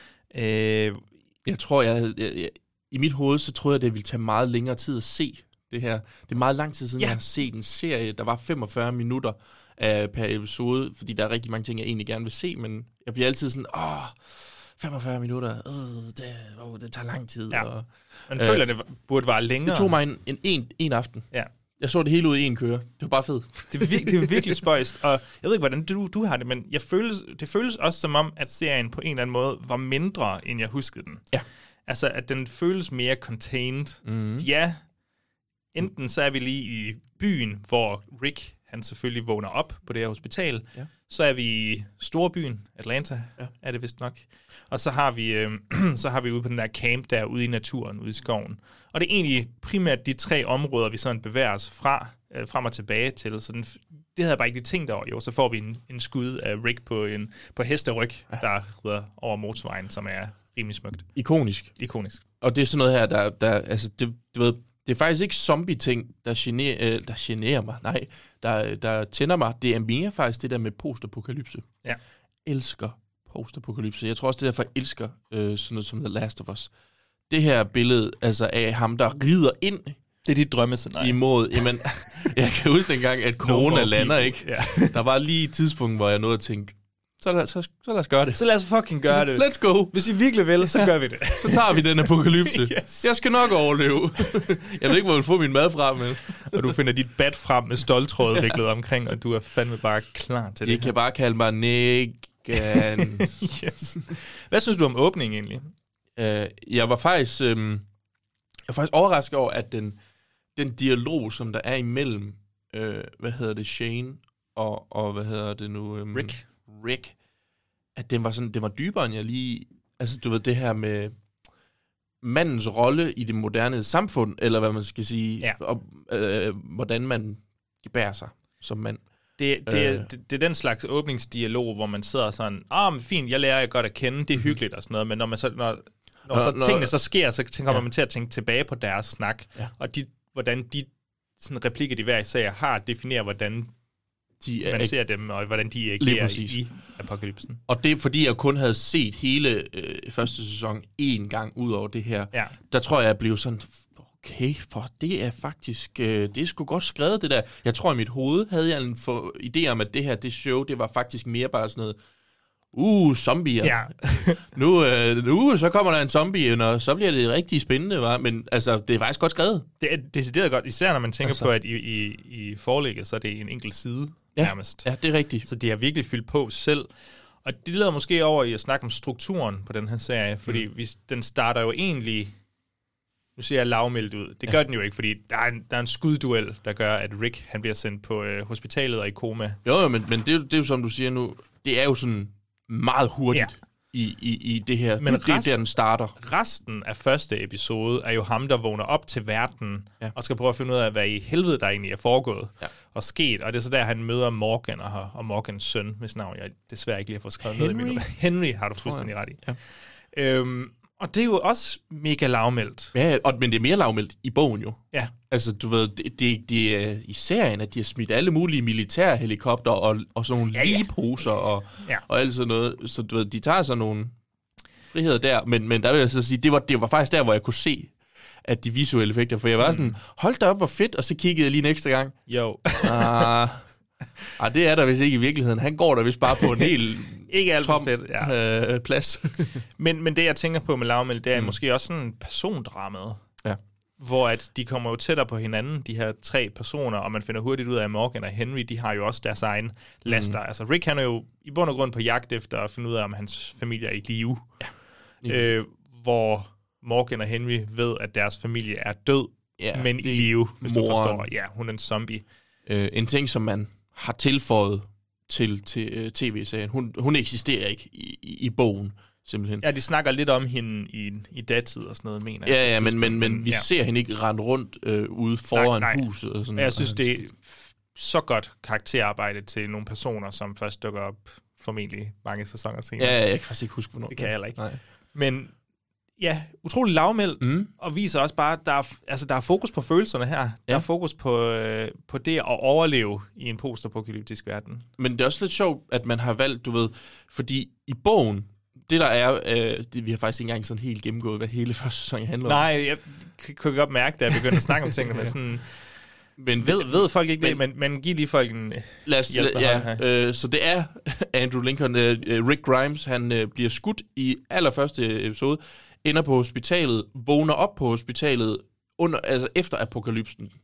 Øh, jeg tror, jeg, jeg, jeg i mit hoved, så tror jeg, det ville tage meget længere tid at se det her. Det er meget lang tid siden, ja. jeg har set en serie, der var femogfyrre minutter uh, per episode, fordi der er rigtig mange ting, jeg egentlig gerne vil se, men jeg bliver altid sådan, åh, femogfyrre minutter, øh, det, oh, det tager lang tid. Ja. Og, man øh, føler, det burde være længere. Det tog mig en, en, en, en aften. Ja. Jeg så det hele ud i en køre. Det var bare fedt. Det er, vir- det er virkelig spøjst, og jeg ved ikke, hvordan du, du har det, men jeg føles, det føles også som om, at serien på en eller anden måde var mindre, end jeg huskede den. Ja. Altså, at den føles mere contained. Mm. Ja, enten så er vi lige i byen, hvor Rick, han selvfølgelig vågner op på det her hospital. Ja. Så er vi i storbyen, Atlanta, ja. er det vist nok. Og så har vi øh, så har vi ude på den der camp der ude i naturen, ude i skoven. Og det er egentlig primært de tre områder, vi sådan bevæger os fra, øh, frem og tilbage til. Så den, det havde jeg bare ikke lige tænkt over. Jo, så får vi en, en skud af Rick på en på hesteryg, ja. der rider over motorvejen, som er rimelig smukt. Ikonisk. Ikonisk. Og det er sådan noget her, der, der altså, det, du ved, det er faktisk ikke zombie-ting, der generer, øh, der generer mig. Nej, der, der tænder mig. Det er mere faktisk det der med postapokalypse. Ja. Jeg elsker postapokalypse. Jeg tror også, det er derfor, jeg elsker øh, sådan noget som The Last of Us. Det her billede altså af ham, der rider ind. Det er dit drømmescenarie. Imod, jamen, jeg kan huske dengang, at corona no lander, ikke? Ja. Der var lige et tidspunkt, hvor jeg nåede at tænke, så lad, så, så lad os gøre det. Så lad os fucking gøre det. Let's go. Hvis vi virkelig vil, så gør vi det. Så tager vi den apokalypse. Yes. Jeg skal nok overleve. Jeg ved ikke, hvor du får min mad fra, men... Og du finder dit bat frem med ståltråd viklet omkring, og du er fandme bare klar til det. I kan bare kalde mig Negan. Yes. Hvad synes du om åbningen egentlig? Uh, jeg var faktisk... Um, jeg var faktisk overrasket over, at den, den dialog, som der er imellem, uh, hvad hedder det, Shane og, og hvad hedder det nu? Um, Rick. Rick, at den var sådan, det var dybere, end jeg lige... Altså, du ved, det her med mandens rolle i det moderne samfund, eller hvad man skal sige, ja. og øh, hvordan man gebærer sig som mand. Det, det, øh. det, det er den slags åbningsdialog, hvor man sidder sådan, ah, men fint, jeg lærer jer godt at kende, det er hyggeligt og sådan noget, men når man så... Når, Når, når så når, tingene så sker, så kommer ja. man til at tænke tilbage på deres snak, ja. og de, hvordan de sådan replikker, de hver især har, definerer, hvordan de man ser dem, og hvordan de agerer i apokalypsen. Og det er, fordi jeg kun havde set hele øh, første sæson én gang ud over det her. Ja. Der tror jeg, jeg blev sådan, okay, for det er faktisk, øh, det er sgu godt skrevet, det der. Jeg tror, i mit hoved havde jeg en for, idé om, at det her, det show, det var faktisk mere bare sådan noget, Uh, zombier. Ja. nu, øh, nu så kommer der en zombie, og så bliver det rigtig spændende, var. Men altså, det er faktisk godt skrevet. Det er decideret godt, især når man tænker altså. på, at i, i, i forlægget, så er det en enkelt side ja. nærmest. Ja, det er rigtigt. Så de har virkelig fyldt på selv. Og det leder måske over i at snakke om strukturen på den her serie, fordi mm. vi, den starter jo egentlig, nu ser jeg lavmældt ud, det gør ja. den jo ikke, fordi der er, en, der er en skudduel, der gør, at Rick han bliver sendt på øh, hospitalet og i koma. Jo, men, men det, det er jo som du siger nu, det er jo sådan meget hurtigt ja. i, i, i det her. Men det, rest, det er der, den starter. Resten af første episode er jo ham, der vågner op til verden, ja. og skal prøve at finde ud af, hvad i helvede der egentlig er foregået ja. og sket. Og det er så der, han møder Morgan og, og Morgans søn, hvis navn jeg desværre ikke lige har fået skrevet Henry? ned i min Henry har du fuldstændig ret i. Ja. Øhm, og det er jo også mega lavmældt. Ja, og, men det er mere lavmældt i bogen jo. Ja. Altså, du ved, det, det, det er i serien, at de har smidt alle mulige militærhelikopter og, og sådan nogle ja, ja. ligeposer og, ja. og alt sådan noget. Så du ved, de tager sådan nogle friheder der. Men, men der vil jeg så sige, det var, det var faktisk der, hvor jeg kunne se, at de visuelle effekter, for jeg var mm. sådan, hold da op, hvor fedt, og så kiggede jeg lige en ekstra gang. Jo. ah, ah, det er der vist ikke i virkeligheden. Han går der vist bare på en helt ikke alt for fedt, ja. øh, plads. men, men det, jeg tænker på med lavmældt, det er mm. måske også sådan persondramet. Ja. Hvor at de kommer jo tættere på hinanden, de her tre personer, og man finder hurtigt ud af, at Morgan og Henry, de har jo også deres egen laster. Mm. Altså Rick, han er jo i bund og grund på jagt efter at finde ud af, om hans familie er i live. Ja. Øh, hvor Morgan og Henry ved, at deres familie er død, ja, men i live, hvis moren. Du forstår. Ja, hun er en zombie. Øh, en ting, som man har tilføjet til, til uh, tv-serien, hun, hun eksisterer ikke i, i, i bogen. Simpelthen. Ja, de snakker lidt om hende i, i datid og sådan noget, mener jeg. Ja, ja, men, men, men vi ja. ser hende ikke rende rundt øh, ude foran nej, nej. huset. Og sådan, jeg synes, det er så godt karakterarbejde til nogle personer, som først dukker op formentlig mange sæsoner senere. Ja, ja, jeg kan faktisk ikke huske, hvornår. Det kan jeg heller ikke. Nej. Men ja, utrolig lavmældt, mm. og viser også bare, at der er, altså, der er fokus på følelserne her. Ja. Der er fokus på, øh, på det at overleve i en postapokalyptisk verden. Men det er også lidt sjovt, at man har valgt, du ved, fordi i bogen, det der er, øh, det, vi har faktisk ikke engang sådan helt gennemgået, hvad hele første sæson handler om. Nej, jeg kunne godt mærke, da jeg begyndte at snakke om tingene, men sådan... Men ved, ved folk ikke men, det, men, men giv lige folk en lad os, hjælp. Ja, øh, så det er Andrew Lincoln, øh, Rick Grimes, han øh, bliver skudt i allerførste episode, ender på hospitalet, vågner op på hospitalet, under, altså efter apokalypsen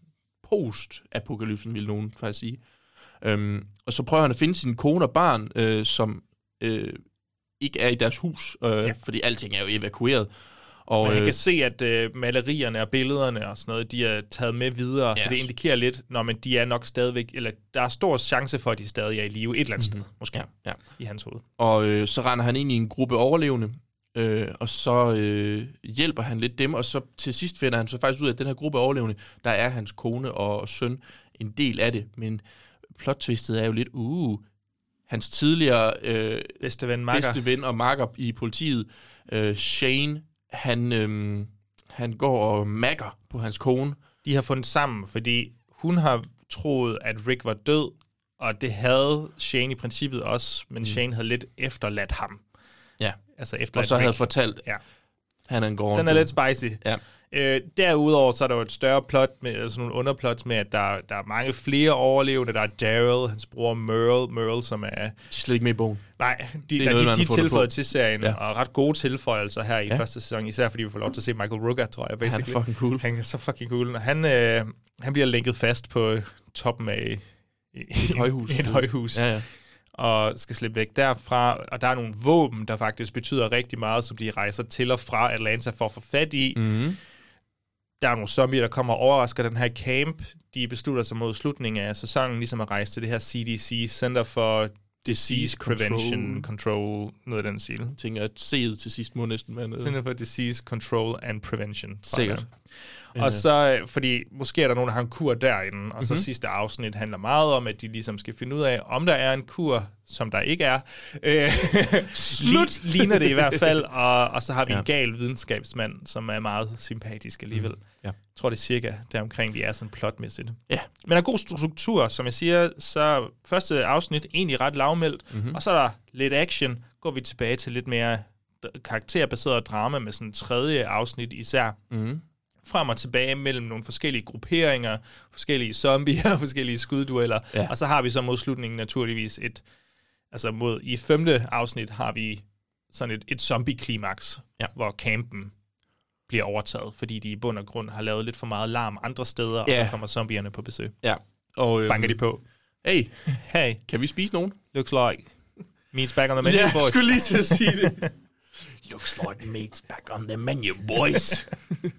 post-apokalypsen, vil nogen faktisk sige. Øhm, og så prøver han at finde sin kone og barn, øh, som øh, ikke er i deres hus, øh, ja. fordi alting er jo evakueret. Og, Men jeg øh, kan se, at øh, malerierne og billederne og sådan noget, de er taget med videre, ja. så det indikerer lidt, når man de er nok stadigvæk, eller der er stor chance for, at de stadig er i live et eller andet mm-hmm. sted, måske, ja, ja. i hans hoved. Og øh, så render han ind i en gruppe overlevende, øh, og så øh, hjælper han lidt dem, og så til sidst finder han så faktisk ud af, at den her gruppe overlevende, der er hans kone og søn en del af det, men plot-twistet er jo lidt, uh, hans tidligere øh, bedste ven, bedste ven og makker i politiet, øh, Shane, han, øh, han går og makker på hans kone. De har fundet sammen, fordi hun har troet, at Rick var død, og det havde Shane i princippet også, men mm. Shane havde lidt efterladt ham. Ja, altså efterladt og så Rick. havde fortalt, ja. han er en gården. Den er lidt spicy. Ja. Øh, derudover så er der jo et større plot, med altså nogle underplots med, at der, der er mange flere overlevende. Der er Daryl, hans bror Merle, Merle som er... De er slet ikke med i bogen. Nej, de, der, noget, de, de er tilføjet til serien, ja. og ret gode tilføjelser her i ja. første sæson, især fordi vi får lov til at se Michael Rooker, tror jeg, basically. Han er fucking cool. Han er så fucking cool. Og han, øh, han bliver lænket fast på toppen af i, et højhus. et højhus. Ja, ja. Og skal slippe væk derfra. Og der er nogle våben, der faktisk betyder rigtig meget, som de rejser til og fra Atlanta for at få fat i. Mm-hmm. Der er nogle zombier, der kommer og overrasker den her camp. De beslutter sig mod slutningen af sæsonen, ligesom at rejse til det her C D C, Center for Disease Prevention, Control, Control noget af den stil. Jeg tænker, at C'et til sidst må næsten være noget. Center for Disease Control and Prevention. Sikkert. Og så, fordi måske er der nogen, der har en kur derinde, og så mm-hmm. sidste afsnit handler meget om, at de ligesom skal finde ud af, om der er en kur, som der ikke er. Slut! Ligner det i hvert fald, og, og så har vi ja. en gal videnskabsmand, som er meget sympatisk alligevel. Mm. Ja. Jeg tror, det er cirka deromkring, de er sådan plotmæssigt. Ja. Men der er god struktur, som jeg siger, så første afsnit egentlig ret lavmældt, mm-hmm. og så er der lidt action, går vi tilbage til lidt mere karakterbaseret drama med sådan tredje afsnit især. Mm. Frem og tilbage mellem nogle forskellige grupperinger, forskellige zombier, forskellige skuddueller, ja. Og så har vi så mod slutningen naturligvis et, altså mod, i femte afsnit har vi sådan et, et zombie-klimaks, ja. Hvor campen bliver overtaget, fordi de i bund og grund har lavet lidt for meget larm andre steder, ja. Og så kommer zombierne på besøg. Ja. Og, øhm, banker de på. Hey, hey, kan vi spise nogen? Looks like meat's back on the menu, ja, boys. Jeg skulle lige til at sige det. Looks like meat's back on the menu, boys.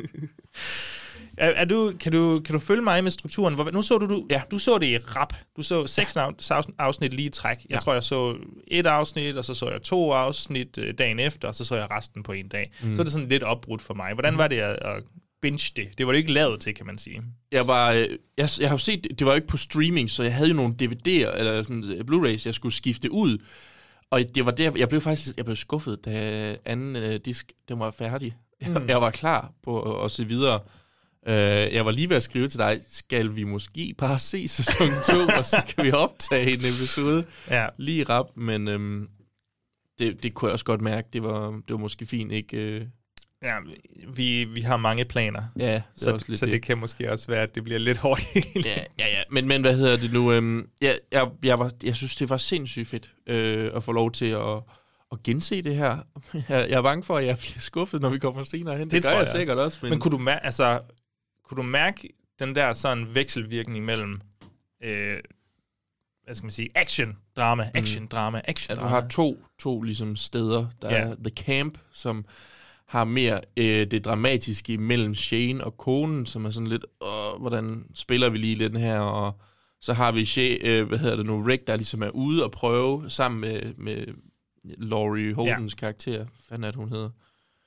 er, er du, kan, du, kan du følge mig med strukturen? Hvor, nu så du, du, ja. du så det i rap. Du så seks afsnit lige i træk. Jeg ja. tror, jeg så et afsnit, og så så jeg to afsnit dagen efter, og så så jeg resten på en dag. Mm. Så er det sådan lidt opbrudt for mig. Hvordan var det at, at binge det? Det var det ikke lavet til, kan man sige. Jeg var, jeg, jeg har jo set, det var jo ikke på streaming, så jeg havde jo nogle D V D'er, eller sådan Blu-rays, jeg skulle skifte ud. Og det var der, jeg blev faktisk jeg blev skuffet, da anden øh, disk, den var færdig. Mm. Jeg var klar på at, at se videre. Uh, jeg var lige ved at skrive til dig, skal vi måske bare se sæson to, og så kan vi optage en episode. Ja. Lige rap, men øhm, det, det kunne jeg også godt mærke, det var, det var måske fint, ikke? Øh... Ja, vi, vi har mange planer, ja, det så, også lidt så det. det kan måske også være, at det bliver lidt hårdt. ja, ja, ja, men, men hvad hedder det nu? Øhm, jeg, jeg, jeg, var, jeg synes, det var sindssygt fedt øh, at få lov til at, at gense det her. Jeg, jeg er bange for, at jeg bliver skuffet, når vi kommer senere hen. Det, det tror jeg, jeg sikkert også. Men, men kunne, du mær- altså, kunne du mærke den der sådan vekselvirkning mellem øh, hvad skal man sige, action, drama, action, mm. drama, action, ja, drama? Du har to, to ligesom steder. Der yeah. er The Camp, som har mere øh, det dramatiske mellem Shane og konen, som er sådan lidt, åh, hvordan spiller vi lige lidt her, og så har vi Shane, øh, hvad hedder det nu, Rick, der ligesom er ude og prøve sammen med, med Laurie Holdens ja. karakter. Hvad fanden er det, hun hedder?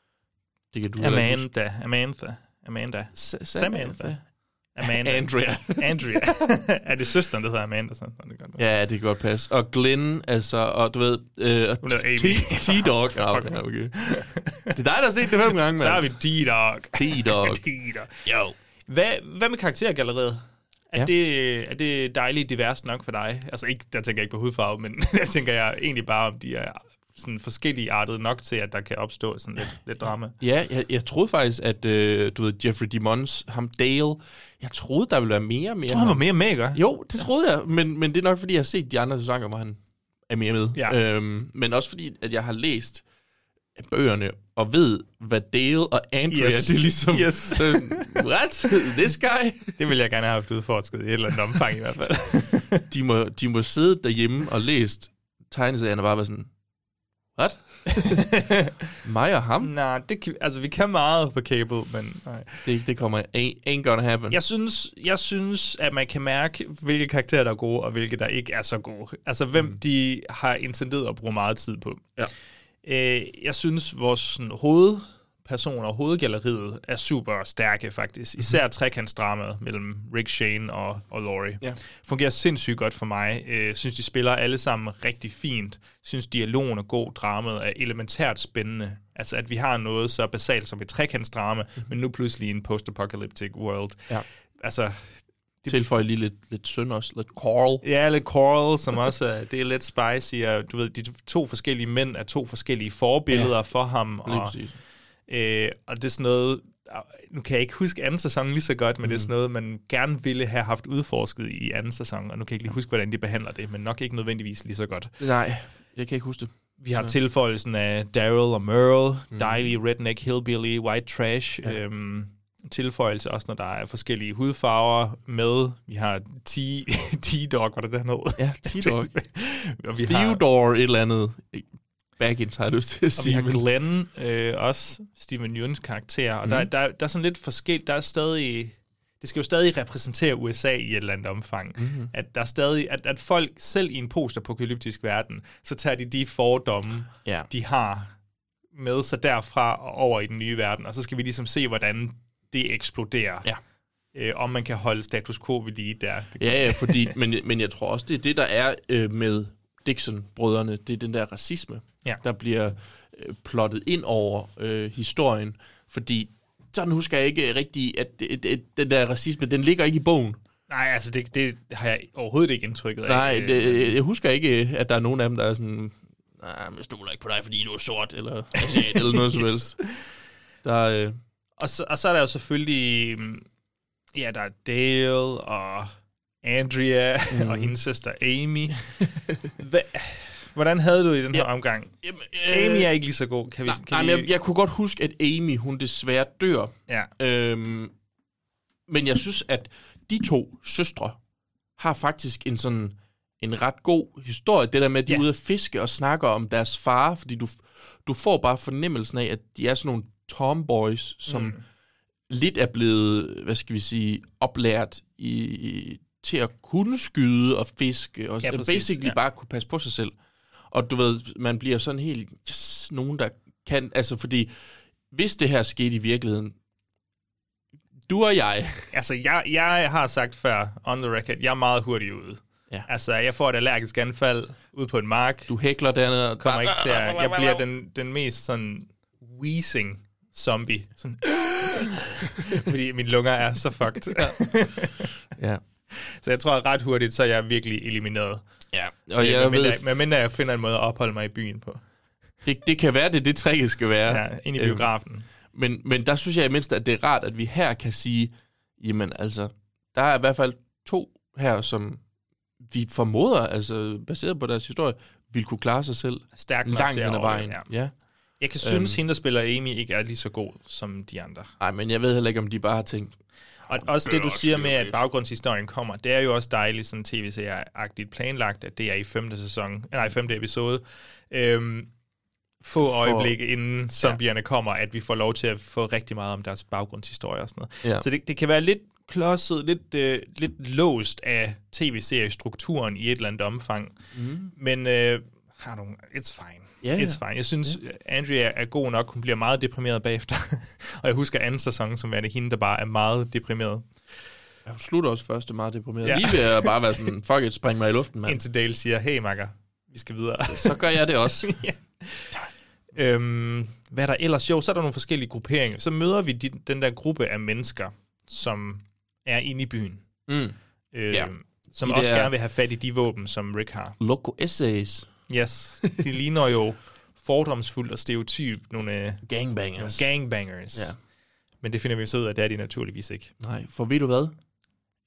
Det kan du Amanda, Amanda, Amanda, S- Samantha. Amanda. Andrea. Andrea. Er det søsteren, der hedder Amanda? Sådan, det godt ja, det kan godt passe. Og Glenn, altså, og du ved... Øh, T-Dog. Ja, okay, okay. Det er dig, der har set det fem gange, mand. Så har vi T-Dog. T-Dog. T-Dog. Jo. Hvad, hvad med karaktergalleriet? Er, ja. det, er det dejligt divers nok for dig? Altså, ikke, der tænker jeg ikke på hudfarve, men der tænker jeg egentlig bare, om de er sådan forskellige artet nok til, at der kan opstå sådan lidt, lidt drama. Ja, jeg, jeg troede faktisk, at øh, du ved, Jeffrey DeMons, ham Dale, jeg troede, der ville være mere med. Jeg troede, han var mere med, ikke? Jo, det troede jeg, men, men det er nok, fordi jeg har set de andre sæsoner, hvor han er mere med. Ja. Øhm, men også fordi, at jeg har læst bøgerne, og ved, hvad Dale og Andrea, Yes. det er ligesom, Yes. så, what? This guy? Det vil jeg gerne have haft udforsket i et eller andet omfang i hvert fald. de, må, de må sidde derhjemme og læse tegneserien og bare være sådan, what? Mig og ham? Nej, det kan, altså vi kan meget på cable, men nej. Det, det kommer ain't, ain't gonna happen. Jeg synes, jeg synes, at man kan mærke, hvilke karakterer, der er gode, og hvilke, der ikke er så gode. Altså, hvem mm. de har intenderet at bruge meget tid på. Ja. Øh, jeg synes, vores sådan, hovedpersoner, hovedgalleriet, er super stærke, faktisk. Især mm-hmm. trekantsdramaet mellem Rick Shane og, og Laurie. Ja. Fungerer sindssygt godt for mig. Øh, synes, de spiller alle sammen rigtig fint. Synes, dialogen er god. Dramaet er elementært spændende. Altså, at vi har noget så basalt som et trekantsdrama, mm-hmm. men nu pludselig en post-apocalyptic world. Ja. Altså... Det tilføjer lige lidt, lidt synd også. Lidt Coral. Ja, lidt Coral, som også er, det er lidt spicy. Og du ved, de to forskellige mænd er to forskellige forbilleder ja. for ham. Og, øh, og det er sådan noget... Nu kan jeg ikke huske anden sæson lige så godt, men mm. det er sådan noget, man gerne ville have haft udforsket i anden sæson. Og nu kan jeg ikke lige huske, hvordan de behandler det, men nok ikke nødvendigvis lige så godt. Nej, jeg kan ikke huske det. Vi har så. tilføjelsen af Daryl og Merle, mm. dejlige redneck, hillbilly, white trash... Ja. Øhm, tilføjelse også, når der er forskellige hudfarver med. Vi har T-Dog, hvad det der noget? Ja, T-Dog. og vi Theodore har, et eller andet. Baggins har jeg lyst til at sige. Og vi har Glenn, øh, også Steven Yeun's karakter. Og mm. der, der, der er sådan lidt forskelligt. Der er stadig... Det skal jo stadig repræsentere U S A i et eller andet omfang. Mm-hmm. At der er stadig... At, at folk, selv i en post-apokalyptisk verden, så tager de de fordomme, ja. de har med sig derfra og over i den nye verden. Og så skal vi ligesom se, hvordan det eksploderer. Ja. Øh, om man kan holde status quo ved lige der. Ja, ja, fordi, men, men jeg tror også, det er det, der er øh, med Dixon-brødrene. Det er den der racisme, ja. der bliver øh, plottet ind over øh, historien. Fordi sådan husker jeg ikke rigtigt, at det, det, den der racisme, den ligger ikke i bogen. Nej, altså det, det har jeg overhovedet ikke indtrykket af. Nej, det, jeg husker ikke, at der er nogen af dem, der er sådan, nej, jeg stoler ikke på dig, fordi du er sort, eller asiat, eller noget som helst. Der øh, Og så, og så er der jo selvfølgelig, ja, der er Dale og Andrea mm. og hendes søster Amy. Hva, hvordan havde du i den her ja, omgang? Jamen, øh, Amy er ikke lige så god. Kan vi, nej, kan nej, vi... men jeg, jeg kunne godt huske, at Amy, hun desværre dør. Ja. Øhm, men jeg synes, at de to søstre har faktisk en sådan en ret god historie. Det der med, at de ja. er ude at fiske og snakker om deres far, fordi du, du får bare fornemmelsen af, at de er sådan nogle tomboys, som mm. lidt er blevet, hvad skal vi sige, oplært i, til at kunne skyde og fiske, og ja, præcis, basically ja. bare kunne passe på sig selv. Og du ved, man bliver sådan helt, yes, nogen der kan, altså fordi, hvis det her skete i virkeligheden, du og jeg... Altså, jeg, jeg har sagt før, on the record, jeg er meget hurtig ude. Ja. Altså, jeg får et allergisk anfald ude på en mark. Du hækler dernede. Kommer ikke til at... Jeg bliver den, den mest sådan wheezing zombie. Sådan. Fordi mine lunger er så fucked. Ja. Så jeg tror, at ret hurtigt, så er jeg virkelig elimineret. Ja. Og jeg jeg med, ved... mindre, med mindre jeg finder en måde at opholde mig i byen på. Det, det kan være, det det tricket skal være. Ja, ind i biografen. Øhm, men, men der synes jeg i mindst, at det er rart, at vi her kan sige, jamen altså, der er i hvert fald to her, som vi formoder, altså baseret på deres historie, vil kunne klare sig selv stærkt langt hen ad vejen. Ja. Ja. Jeg kan synes, øhm, hende, der spiller Amy, ikke er lige så god som de andre. Nej, men jeg ved heller ikke, om de bare har tænkt... Og også det, du siger med, at baggrundshistorien kommer, det er jo også dejligt, sådan tv-serie-agtigt planlagt, at det er i femte sæson, nej, femte episode. Øhm, få For, øjeblikke inden zombierne ja. kommer, at vi får lov til at få rigtig meget om deres baggrundshistorie og sådan noget. Ja. Så det, det kan være lidt klodset, lidt, øh, lidt låst af tv-seriestrukturen i et eller andet omfang. Mm. Men øh, it's fine. Yeah, It's fine. Jeg synes, yeah. Andrea er god nok. Hun bliver meget deprimeret bagefter. Og jeg husker anden sæson, som er det hende, der bare er meget deprimeret. Ja, hun slutter også første meget deprimeret. Ja. Lige ved at bare være sådan, fuck it, spring mig i luften, mand. Indtil Dale siger, hey makker, vi skal videre. Så gør jeg det også. ja. øhm, hvad er der ellers? Jo, så er der nogle forskellige grupperinger. Så møder vi de, den der gruppe af mennesker, som er inde i byen. Mm. Øh, ja. Som de også der... gerne vil have fat i de våben, som Rick har. Loco essays. Yes, de ligner jo fordomsfuldt og stereotyp nogle gangbangers. Gangbangers. Ja. Men det finder vi så ud af, det er de naturligvis ikke. Nej, for ved du hvad?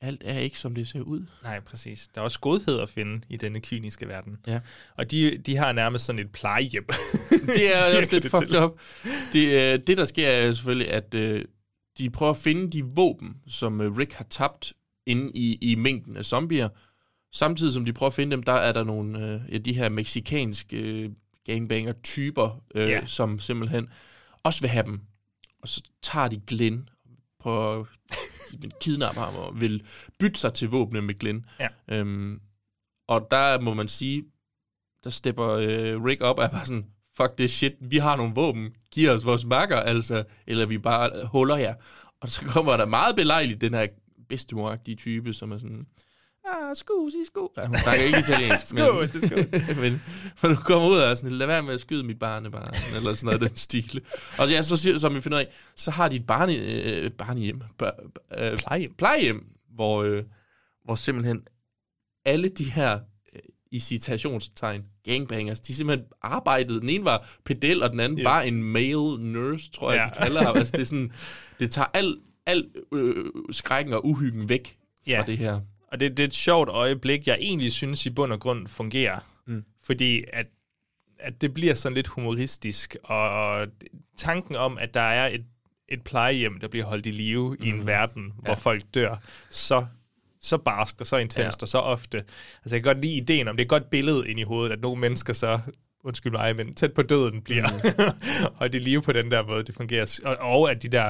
alt er ikke, som det ser ud. Nej, præcis. Der er også godhed at finde i denne kyniske verden. Ja. Og de, de har nærmest sådan et plejehjem. Det er også lidt fucked up. Det, det, der sker, er selvfølgelig, at øh, de prøver at finde de våben, som øh, Rick har tabt inde i, i mængden af zombier. Samtidig som de prøver at finde dem, der er der nogle øh, ja, de her mexikanske øh, gangbanger-typer, øh, yeah. som simpelthen også vil have dem. Og så tager de Glenn på kidnapper ham og vil bytte sig til våbnet med Glenn. Ja. Øhm, og der må man sige, der stepper øh, Rick op og er bare sådan, fuck this shit, vi har nogle våben, giv os vores makker, altså, eller vi bare huller her. Og så kommer der meget belejligt den her bedstemoragtige type, som er sådan, ah, scusi, scusi. Ja, hun snakker ikke italiensk. Scusi, scusi. men, men du kommer ud og er sådan, lad være med at skyde mit barnebarn, eller sådan noget den stil. Og ja, så siger, som vi finder af, så har de et barne, øh, barnehjem, øh, plejehjem. plejehjem, hvor, øh, hvor simpelthen alle de her, øh, i citationstegn, gangbangers, de simpelthen arbejdede. Den ene var pedel, og den anden yes. var en male nurse, tror jeg, ja. de kalder ham. Altså, det er sådan, det tager al, al øh, skrækken og uhyggen væk fra ja. det her. Og det, det er et sjovt øjeblik, jeg egentlig synes i bund og grund fungerer. Mm. Fordi at, at det bliver sådan lidt humoristisk, og tanken om, at der er et, et plejehjem, der bliver holdt i live mm. i en verden, hvor ja. folk dør, så, så barsk og så intenst ja. og så ofte. Altså jeg kan godt lide ideen om, det er et godt billede ind i hovedet, at nogle mennesker så, undskyld mig, men tæt på døden bliver mm. holdt i live på den der måde, det fungerer. Og, og at de der,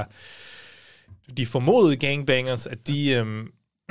de formodede gangbangers, at de... Øhm,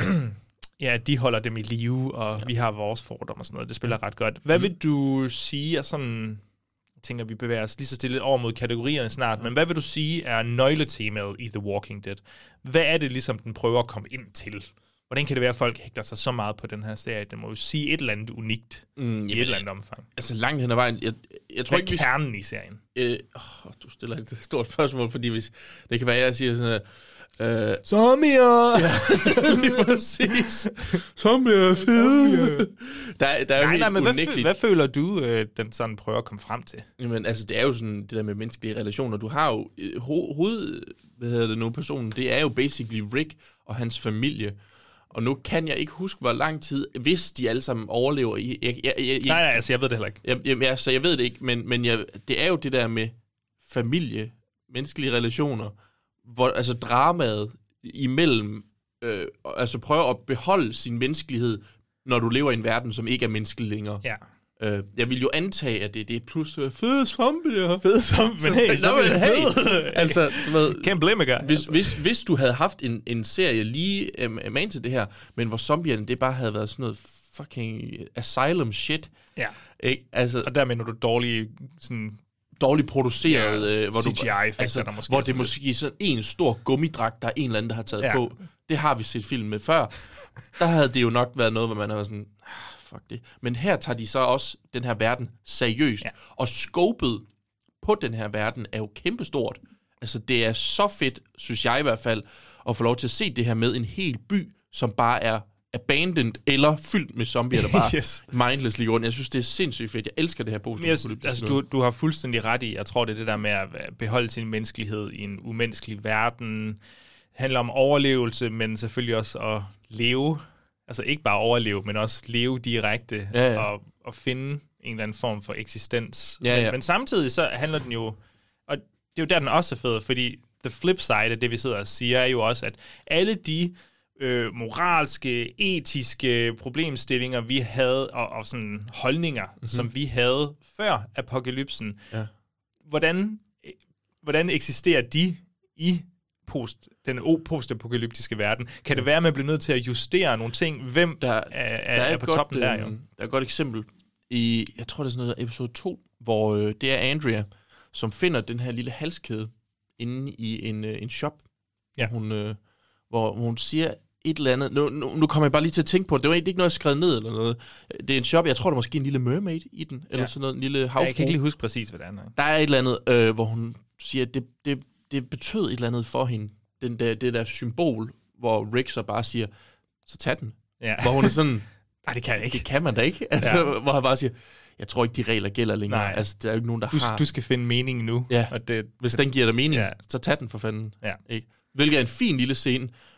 ja, de holder dem i live, og ja. vi har vores fordom og sådan noget. Det spiller ret godt. Hvad vil du sige er sådan... Jeg tænker, vi bevæger os lige så stille over mod kategorierne snart, men hvad vil du sige er nøgletemaet i The Walking Dead? Hvad er det ligesom, den prøver at komme ind til? Hvordan kan det være, at folk hægter sig så meget på den her serie? Den må jo sige et eller andet unikt mm, i et eller andet omfang. Altså langt hen ad vejen. Jeg, jeg tror hvad ikke, er kernen vi... i serien? Øh, oh, du stiller et stort spørgsmål, fordi hvis, det kan være, at jeg siger sådan... Uh, Zombier! Ja, lige præcis. Zombier er fede. Der, der er nej, nej, men hvad, fø- hvad føler du, øh, den sådan prøver at komme frem til? Jamen, altså, det er jo sådan, det der med menneskelige relationer. Du har jo, øh, ho- hoved, hvad hedder det nu, personen, det er jo basically Rick og hans familie. Og nu kan jeg ikke huske, hvor lang tid, hvis de alle sammen overlever. Jeg, jeg, jeg, jeg, nej, nej, altså, jeg ved det heller ikke. Jeg, jeg, jeg, så jeg ved det ikke, men, men jeg, det er jo det der med familie, menneskelige relationer, hvor altså dramaet imellem, øh, altså prøve at beholde sin menneskelighed, når du lever i en verden, som ikke er menneskelig længere. Ja. Øh, jeg vil jo antage, at det, det er pludselig fede zombier. Fede zombier, men hey, så er hey. Altså, du ved, can't blame a guy. Hvis, hvis, hvis du havde haft en, en serie lige um, man til det her, men hvor zombierne, det bare havde været sådan noget fucking asylum shit. Ja. Ikke? Altså, og der mener du dårlige sådan... dårligt produceret, ja, øh, hvor, C G I du, altså, der måske hvor det er måske sådan en stor gummidragt, der er en eller anden, der har taget ja. på. Det har vi set film med før. Der havde det jo nok været noget, hvor man har været sådan, ah, fuck det. Men her tager de så også den her verden seriøst. Ja. Og scopet på den her verden er jo kæmpestort. Altså det er så fedt, synes jeg i hvert fald, at få lov til at se det her med en hel by, som bare er abandoned eller fyldt med zombier, der bare yes. mindlessly rundt. Jeg synes, det er sindssygt fedt. Jeg elsker det her post-apokalyptiske. Altså, du, du har fuldstændig ret i, jeg tror, det er det der med at beholde sin menneskelighed i en umenneskelig verden. Det handler om overlevelse, men selvfølgelig også at leve. Altså ikke bare overleve, men også leve direkte ja, ja. Og, og finde en eller anden form for eksistens. Ja, ja. Men, men samtidig så handler den jo, og det er jo der, den også er fed, fordi the flip side af det, vi sidder og siger, er jo også, at alle de Øh, moralske, etiske problemstillinger, vi havde, og, og sådan holdninger, mm-hmm. som vi havde før apokalypsen. Ja. Hvordan, hvordan eksisterer de i post, den post-apokalyptiske verden? Kan ja. det være, at man bliver nødt til at justere nogle ting? Hvem der, er, er, der er, er på godt, toppen der? Jo? Der er et godt eksempel i, jeg tror, det er sådan noget episode to, hvor øh, det er Andrea, som finder den her lille halskæde inde i en, øh, en shop. Ja. Hun... Øh, hvor hun siger et eller andet. Nu, nu, nu kommer jeg bare lige til at tænke på det. Det var ikke noget, jeg skrev ned eller noget. Det er en shop, jeg tror, der er måske en lille mermaid i den, eller ja. sådan noget, en lille havfru. Ja, jeg kan ikke lige huske præcis, hvad det er. Der er et eller andet, øh, hvor hun siger, at det, det, det betød et eller andet for hende. Den der, det der symbol, hvor Rick så bare siger, så tag den. Ja. Hvor hun er sådan, nej, det kan jeg ikke. Det kan man da ikke. Altså, ja. Hvor han bare siger, jeg tror ikke, de regler gælder længere. Nej. Altså, der er jo ikke nogen, der du, har... Du skal finde mening nu. Ja, og det, hvis den giver dig mening, ja. så tag den for fanden. Ja. Ikke? Hvilket er en fin lille scene,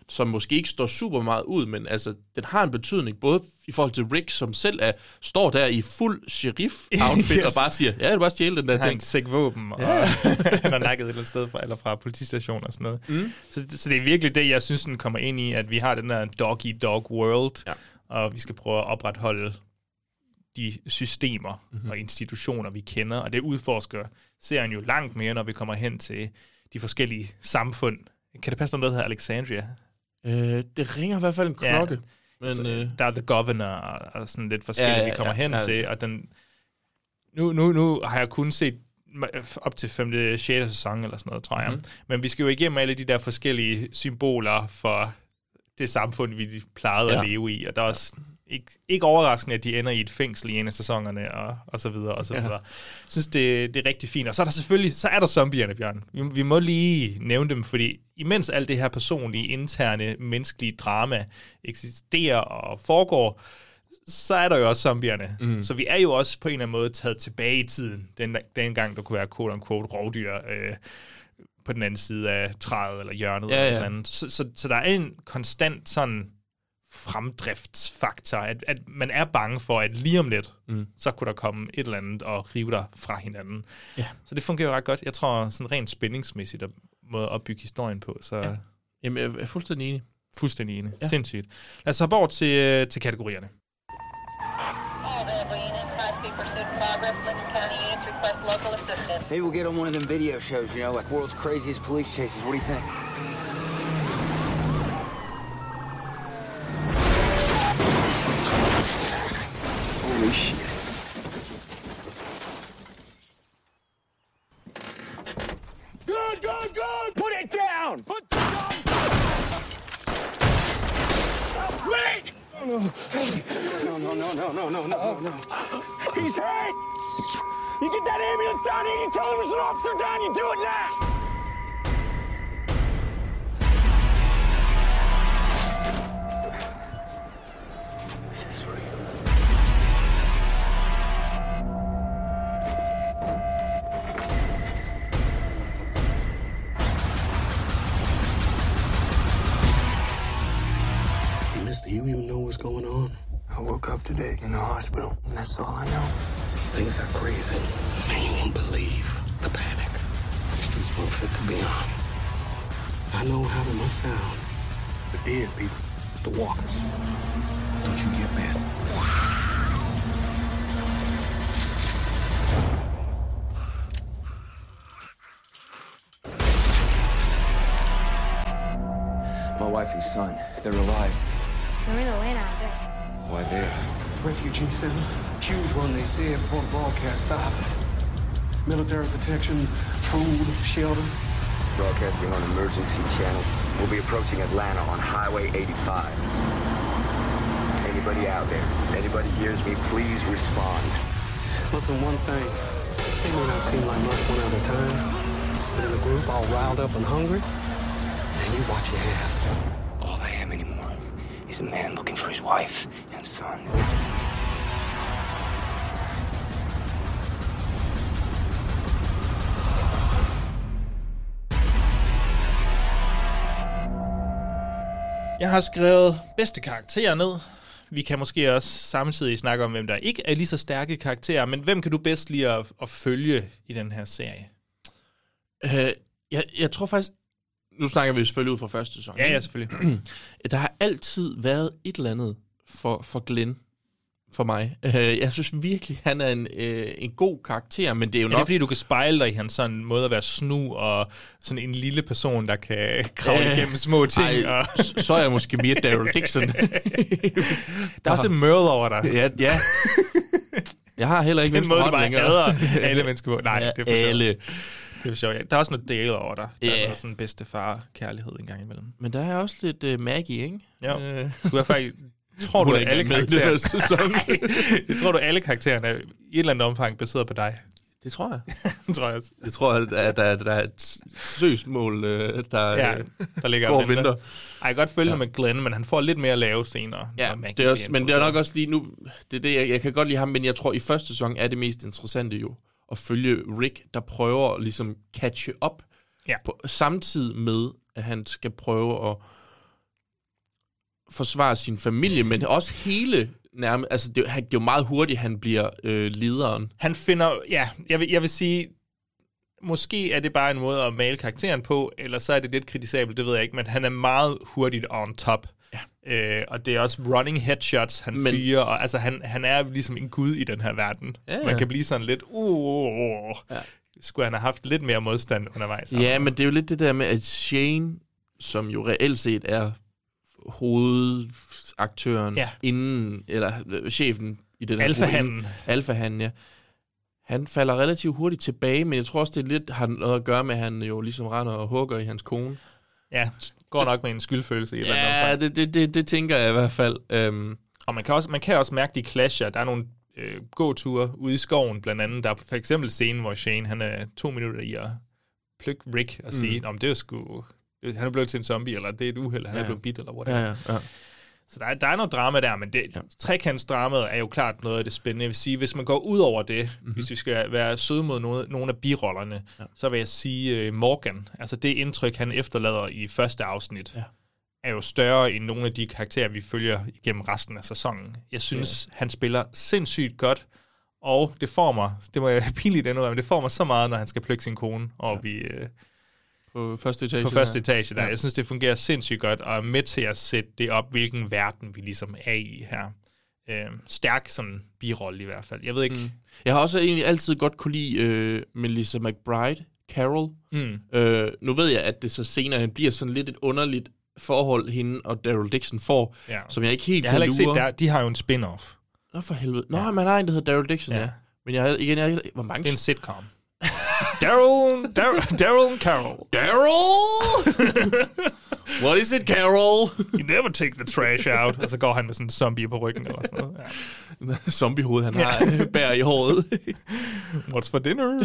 som måske ikke står super meget ud, men altså, den har en betydning, både i forhold til Rick, som selv er, står der i fuld sheriff-outfit, yes. og bare siger, ja, det er bare stjæle den der ting. Han ting. sæk våben, og ja. han har nakket et eller andet sted fra, eller fra politistation og sådan noget. Mm. Så, så det er virkelig det, jeg synes, den kommer ind i, at vi har den der dog-eat-dog world, ja. og vi skal prøve at opretholde de systemer mm-hmm. og institutioner, vi kender, og det udforsker serien jo langt mere, når vi kommer hen til de forskellige samfund. Kan det passe, noget, der hedder Alexandria? Øh, det ringer i hvert fald en klokke. Ja. Men, så, øh... Der er The Governor og, og sådan lidt forskellige, ja, ja, vi kommer ja, hen ja, ja. til, og den... Nu, nu, nu har jeg kun set op til femte, sjette sæson eller sådan noget, tror jeg. Mm-hmm. Men vi skal jo igennem alle de der forskellige symboler for det samfund, vi plejede ja. at leve i, og der er også... Ikke, ikke overraskende, at de ender i et fængsel i en af sæsonerne, og, og så videre, og så videre. Ja. Jeg synes, det, det er rigtig fint. Og så er der selvfølgelig, så er der zombierne, Bjørn. Vi, vi må lige nævne dem, fordi imens alt det her personlige, interne, menneskelige drama eksisterer og foregår, så er der jo også zombierne. Mm. Så vi er jo også på en eller anden måde taget tilbage i tiden, den, den gang der kunne være quote-unquote rovdyr øh, på den anden side af træet eller hjørnet. Ja, eller ja. Andet. Så, så, så der er en konstant sådan fremdriftsfaktor, at, at man er bange for, at lige om lidt, mm. så kunne der komme et eller andet og rive dig fra hinanden. Ja. Så det fungerer ret godt. Jeg tror, sådan rent spændingsmæssigt at måde at bygge historien på. Så ja. Jamen, jeg er fuldstændig enig. Fuldstændig enig. Ja. Sindssygt. Lad os hoppe over til, til kategorierne. Maybe we'll get on one of them video shows, you know, like World's Craziest Police Chases. What do you think? Holy shit. Good, good, good! Put it down! Put the gun down! Wait! No, no, no, no, no, no, no, no, no. He's hurt! You get that ambulance down here, you tell him there's an officer down, you do it now! Do you even know what's going on? I woke up today in the hospital, and that's all I know. Things got crazy, and you won't believe the panic. The streets weren't fit to be on. I know how they must sound. The dead people, the walkers. Don't you get mad? My wife and son, they're alive. They're in Atlanta, I bet. Why there? Refugee center. Huge one, they said, before the broadcast stopped. Military protection, food, shelter. Broadcasting on emergency channel. We'll be approaching Atlanta on Highway eighty-five. Anybody out there? Anybody hears me, please respond. Listen, one thing. They may not seem like much one at a time, but in a group all riled up and hungry, and you watch your ass. All I am anymore is a man looking for his wife and son. Jeg har skrevet bedste karakterer ned. Vi kan måske også samtidig snakke om, hvem der ikke er lige så stærke karakterer, men hvem kan du bedst lide at, at følge i den her serie? Uh, jeg, jeg tror faktisk, nu snakker vi selvfølgelig ud fra første sæson. Ja, ja, selvfølgelig. Der har altid været et eller andet for, for Glenn, for mig. Uh, jeg synes virkelig, han er en, uh, en god karakter, men det er jo ja, nok... det er fordi, du kan spejle dig i hans sådan måde at være snu, og sådan en lille person, der kan kravle uh, igennem små ting. Ej, og... så er jeg måske mere Daryl Dixon. Der er også det mørd over dig. Ja, ja. Jeg har heller ikke venstre hånd længere. Den måde, du bare hader alle mennesker på. Nej, ja, det er for alle. Det er for sjovt. Der er også noget Dale over dig. Der yeah. er sådan bedstefar-kærlighed en gang imellem. Men der er også lidt uh, Maggie, ikke? Ja. Du er faktisk... Tror du, at alle karakterer... Jeg tror du, alle karaktererne er i et eller andet omfang baseret på dig? Det tror jeg. det tror jeg også. Jeg tror, at der, der, der er et søgsmål, der, ja, der ligger går og venter. Ej, jeg kan godt følge ja. med Glenn, men han får lidt mere at lave senere. Ja, det er også, men det er nok også lige nu... Det er det, jeg, jeg kan godt lide ham, men jeg tror, i første sæson er det mest interessante jo at følge Rick, der prøver at ligesom catche op ja. på, samtidig med, at han skal prøve at forsvare sin familie, men også hele nærmest, altså det, det er jo meget hurtigt, han bliver øh, lederen. Han finder, ja, jeg vil, jeg vil sige, måske er det bare en måde at male karakteren på, eller så er det lidt kritisabelt, det ved jeg ikke, men han er meget hurtigt on top. Ja. Øh, og det er også running headshots, han men, fyrer, og altså han, han er ligesom en gud i den her verden. Ja, ja. Man kan blive sådan lidt, uh, ja. Skulle han have haft lidt mere modstand undervejs? Ja, men det er jo lidt det der med, at Shane, som jo reelt set er hovedaktøren ja. inden, eller øh, chefen i den her Alfahanden. Alfahanden, ja. Han falder relativt hurtigt tilbage, men jeg tror også, det er lidt har noget at gøre med, at han jo ligesom render og hugger i hans kone. Ja, går nok med en skyldfølelse i et ja, eller andet det, det, det, det tænker jeg i hvert fald. Um, og man kan, også, man kan også mærke de clasher. Der er nogle øh, gåture ude i skoven, blandt andet. Der er for eksempel scenen, hvor Shane han er to minutter i at plukke Rick og sige, mm. om det er sgu... Han er blevet til en zombie, eller det er et uheld, han ja. er blevet bit, eller whatever. Ja, ja, ja. Så der er, der er noget drama der, men det, ja. trekantsdramaet er jo klart noget af det spændende. Jeg vil sige, hvis man går ud over det, mm-hmm. hvis vi skal være søde mod nogle, nogle af birollerne, ja. så vil jeg sige uh, Morgan. Altså det indtryk, han efterlader i første afsnit, ja. er jo større end nogle af de karakterer, vi følger igennem resten af sæsonen. Jeg synes, ja. han spiller sindssygt godt, og det får mig, det må jeg pinligt endnu, men det får mig så meget, når han skal plukke sin kone op ja. i... Uh, På første etage. På første etage der. Ja. Jeg synes, det fungerer sindssygt godt, og er med til at sætte det op, hvilken verden vi ligesom er i her. Øh, stærk sådan birolle i hvert fald. Jeg ved ikke... Mm. Jeg har også egentlig altid godt kunne lide øh, Melissa McBride, Carol. Mm. Øh, nu ved jeg, at det så senere bliver sådan lidt et underligt forhold, hende og Daryl Dixon får, ja. som jeg ikke helt jeg kan lure. Jeg har ikke set der. De har jo en spin-off. Nå for helvede. Nå, ja. man har en, der hedder Daryl Dixon, ja. ja. Men jeg har igen... Jeg, hvor mange... Det er en sitcom. Daryl, Daryl, Daryl and Carol. Daryl! What is it, Carol? You never take the trash out. Og så går han med sådan en zombie på ryggen eller sådan noget. Ja. Zombiehoved, han har ja. bær i håret. What's for dinner?